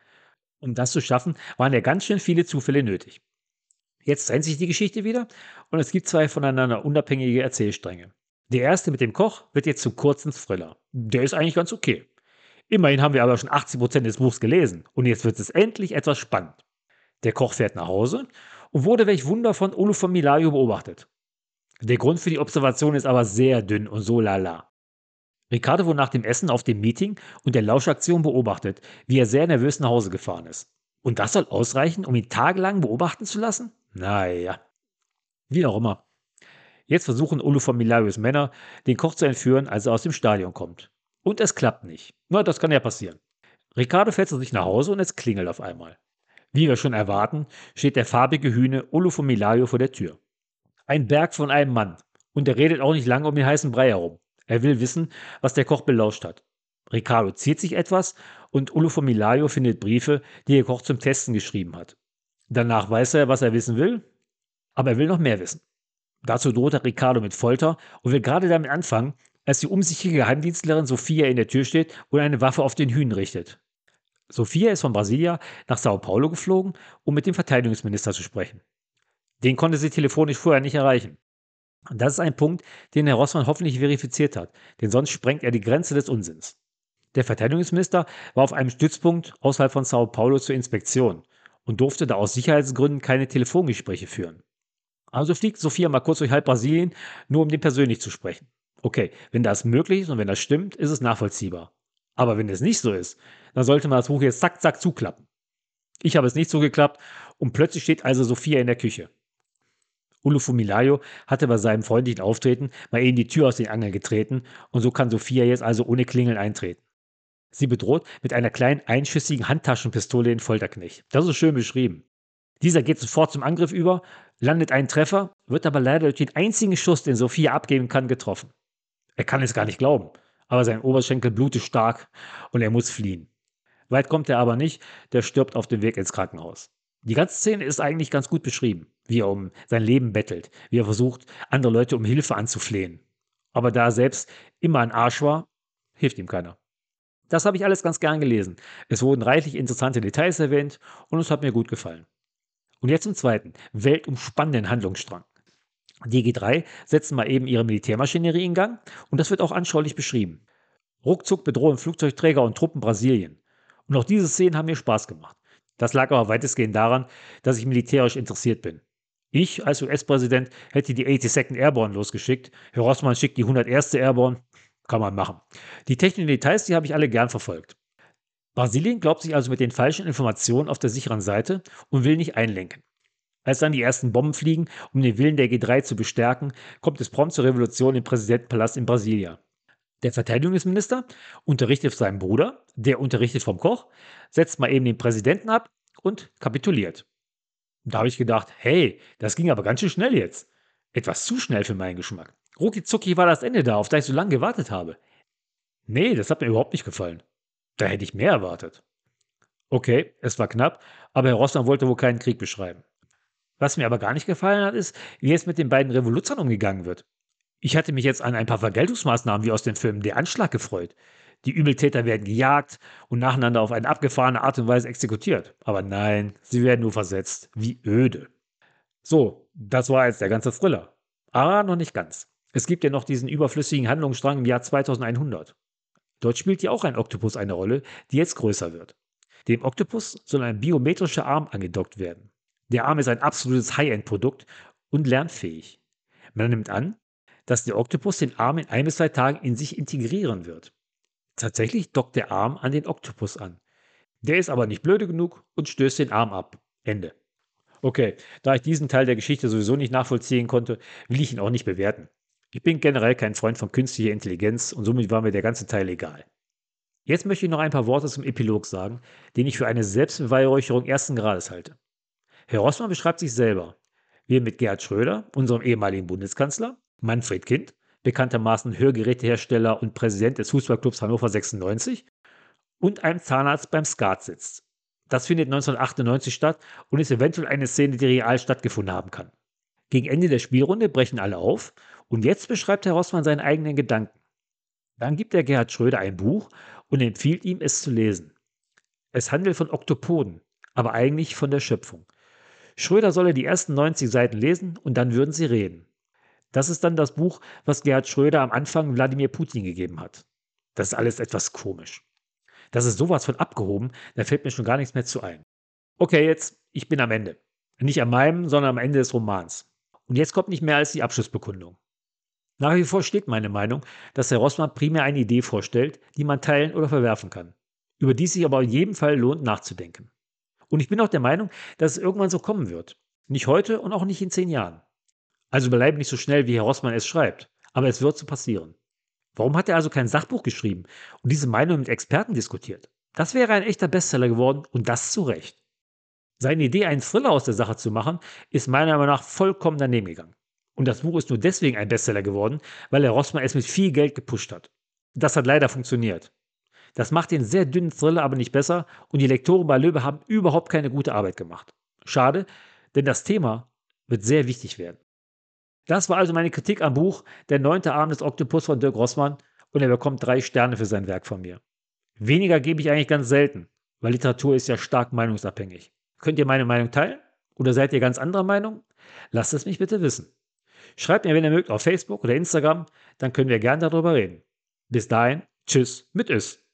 Um das zu schaffen, waren ja ganz schön viele Zufälle nötig. Jetzt trennt sich die Geschichte wieder und es gibt zwei voneinander unabhängige Erzählstränge. Der erste mit dem Koch wird jetzt zum kurzen Thriller. Der ist eigentlich ganz okay. Immerhin haben wir aber schon 80% des Buchs gelesen und jetzt wird es endlich etwas spannend. Der Koch fährt nach Hause und wurde welch Wunder von Olufemilayo beobachtet. Der Grund für die Observation ist aber sehr dünn und so lala. Ricardo wurde nach dem Essen auf dem Meeting und der Lauschaktion beobachtet, wie er sehr nervös nach Hause gefahren ist. Und das soll ausreichen, um ihn tagelang beobachten zu lassen? Naja, wie auch immer. Jetzt versuchen Olufemilarios Männer, den Koch zu entführen, als er aus dem Stadion kommt. Und es klappt nicht. Na, das kann ja passieren. Ricardo fährt zu sich nach Hause und es klingelt auf einmal. Wie wir schon erwarten, steht der farbige Hühne Olufemilario vor der Tür. Ein Berg von einem Mann. Und er redet auch nicht lange um den heißen Brei herum. Er will wissen, was der Koch belauscht hat. Ricardo ziert sich etwas und Olufemilario findet Briefe, die der Koch zum Testen geschrieben hat. Danach weiß er, was er wissen will, aber er will noch mehr wissen. Dazu droht er Ricardo mit Folter und will gerade damit anfangen, als die umsichtige Geheimdienstlerin Sophia in der Tür steht und eine Waffe auf den Hühn richtet. Sophia ist von Brasilia nach Sao Paulo geflogen, um mit dem Verteidigungsminister zu sprechen. Den konnte sie telefonisch vorher nicht erreichen. Und das ist ein Punkt, den Herr Rossmann hoffentlich verifiziert hat, denn sonst sprengt er die Grenze des Unsinns. Der Verteidigungsminister war auf einem Stützpunkt außerhalb von Sao Paulo zur Inspektion und durfte da aus Sicherheitsgründen keine Telefongespräche führen. Also fliegt Sophia mal kurz durch halb Brasilien, nur um den persönlich zu sprechen. Okay, wenn das möglich ist und wenn das stimmt, ist es nachvollziehbar. Aber wenn es nicht so ist, dann sollte man das Buch jetzt zack, zack zuklappen. Ich habe es nicht zugeklappt und plötzlich steht also Sophia in der Küche. Olufumilayo hatte bei seinem freundlichen Auftreten mal eben die Tür aus den Angeln getreten und so kann Sophia jetzt also ohne Klingeln eintreten. Sie bedroht mit einer kleinen einschüssigen Handtaschenpistole den Folterknecht. Das ist schön beschrieben. Dieser geht sofort zum Angriff über, landet einen Treffer, wird aber leider durch den einzigen Schuss, den Sophia abgeben kann, getroffen. Er kann es gar nicht glauben, aber sein Oberschenkel blutet stark und er muss fliehen. Weit kommt er aber nicht, der stirbt auf dem Weg ins Krankenhaus. Die ganze Szene ist eigentlich ganz gut beschrieben, wie er um sein Leben bettelt, wie er versucht, andere Leute um Hilfe anzuflehen. Aber da er selbst immer ein Arsch war, hilft ihm keiner. Das habe ich alles ganz gern gelesen. Es wurden reichlich interessante Details erwähnt und es hat mir gut gefallen. Und jetzt zum zweiten, weltumspannenden Handlungsstrang. Die G3 setzen mal eben ihre Militärmaschinerie in Gang und das wird auch anschaulich beschrieben. Ruckzuck bedrohen Flugzeugträger und Truppen Brasilien. Und auch diese Szenen haben mir Spaß gemacht. Das lag aber weitestgehend daran, dass ich militärisch interessiert bin. Ich als US-Präsident hätte die 82nd Airborne losgeschickt. Herr Rossmann schickt die 101. Airborne. Kann man machen. Die technischen Details, die habe ich alle gern verfolgt. Brasilien glaubt sich also mit den falschen Informationen auf der sicheren Seite und will nicht einlenken. Als dann die ersten Bomben fliegen, um den Willen der G3 zu bestärken, kommt es prompt zur Revolution im Präsidentenpalast in Brasilia. Der Verteidigungsminister unterrichtet seinen Bruder, der unterrichtet vom Koch, setzt mal eben den Präsidenten ab und kapituliert. Da habe ich gedacht, hey, das ging aber ganz schön schnell jetzt. Etwas zu schnell für meinen Geschmack. Rucki zucki war das Ende da, auf das ich so lange gewartet habe. Nee, das hat mir überhaupt nicht gefallen. Da hätte ich mehr erwartet. Okay, es war knapp, aber Herr Rossmann wollte wohl keinen Krieg beschreiben. Was mir aber gar nicht gefallen hat, ist, wie jetzt mit den beiden Revolutionären umgegangen wird. Ich hatte mich jetzt an ein paar Vergeltungsmaßnahmen wie aus dem Film Der Anschlag gefreut. Die Übeltäter werden gejagt und nacheinander auf eine abgefahrene Art und Weise exekutiert. Aber nein, sie werden nur versetzt. Wie öde. So, das war jetzt der ganze Thriller. Aber noch nicht ganz. Es gibt ja noch diesen überflüssigen Handlungsstrang im Jahr 2100. Dort spielt ja auch ein Oktopus eine Rolle, die jetzt größer wird. Dem Oktopus soll ein biometrischer Arm angedockt werden. Der Arm ist ein absolutes High-End-Produkt und lernfähig. Man nimmt an, dass der Oktopus den Arm in 1 bis 2 Tagen in sich integrieren wird. Tatsächlich dockt der Arm an den Oktopus an. Der ist aber nicht blöde genug und stößt den Arm ab. Ende. Okay, da ich diesen Teil der Geschichte sowieso nicht nachvollziehen konnte, will ich ihn auch nicht bewerten. Ich bin generell kein Freund von künstlicher Intelligenz und somit war mir der ganze Teil egal. Jetzt möchte ich noch ein paar Worte zum Epilog sagen, den ich für eine Selbstbeweihräucherung ersten Grades halte. Herr Rossmann beschreibt sich selber, wie er mit Gerhard Schröder, unserem ehemaligen Bundeskanzler, Manfred Kind, bekanntermaßen Hörgerätehersteller und Präsident des Fußballclubs Hannover 96, und einem Zahnarzt beim Skat sitzt. Das findet 1998 statt und ist eventuell eine Szene, die real stattgefunden haben kann. Gegen Ende der Spielrunde brechen alle auf und jetzt beschreibt Herr Rossmann seine eigenen Gedanken. Dann gibt er Gerhard Schröder ein Buch und empfiehlt ihm, es zu lesen. Es handelt von Oktopoden, aber eigentlich von der Schöpfung. Schröder solle die ersten 90 Seiten lesen und dann würden sie reden. Das ist dann das Buch, was Gerhard Schröder am Anfang Wladimir Putin gegeben hat. Das ist alles etwas komisch. Das ist sowas von abgehoben, da fällt mir schon gar nichts mehr zu ein. Okay, jetzt, ich bin am Ende. Nicht an meinem, sondern am Ende des Romans. Und jetzt kommt nicht mehr als die Abschlussbekundung. Nach wie vor steht meine Meinung, dass Herr Rossmann primär eine Idee vorstellt, die man teilen oder verwerfen kann, über die es sich aber in jedem Fall lohnt nachzudenken. Und ich bin auch der Meinung, dass es irgendwann so kommen wird. Nicht heute und auch nicht in 10 Jahren. Also bleibt nicht so schnell, wie Herr Rossmann es schreibt, aber es wird so passieren. Warum hat er also kein Sachbuch geschrieben und diese Meinung mit Experten diskutiert? Das wäre ein echter Bestseller geworden und das zu Recht. Seine Idee, einen Thriller aus der Sache zu machen, ist meiner Meinung nach vollkommen daneben gegangen. Und das Buch ist nur deswegen ein Bestseller geworden, weil Herr Rossmann es mit viel Geld gepusht hat. Das hat leider funktioniert. Das macht den sehr dünnen Thriller aber nicht besser und die Lektoren bei Löwe haben überhaupt keine gute Arbeit gemacht. Schade, denn das Thema wird sehr wichtig werden. Das war also meine Kritik am Buch Der neunte Arm des Oktopus von Dirk Rossmann und er bekommt 3 Sterne für sein Werk von mir. Weniger gebe ich eigentlich ganz selten, weil Literatur ist ja stark meinungsabhängig. Könnt ihr meine Meinung teilen? Oder seid ihr ganz anderer Meinung? Lasst es mich bitte wissen. Schreibt mir, wenn ihr mögt, auf Facebook oder Instagram, dann können wir gern darüber reden. Bis dahin, tschüss mit Ös.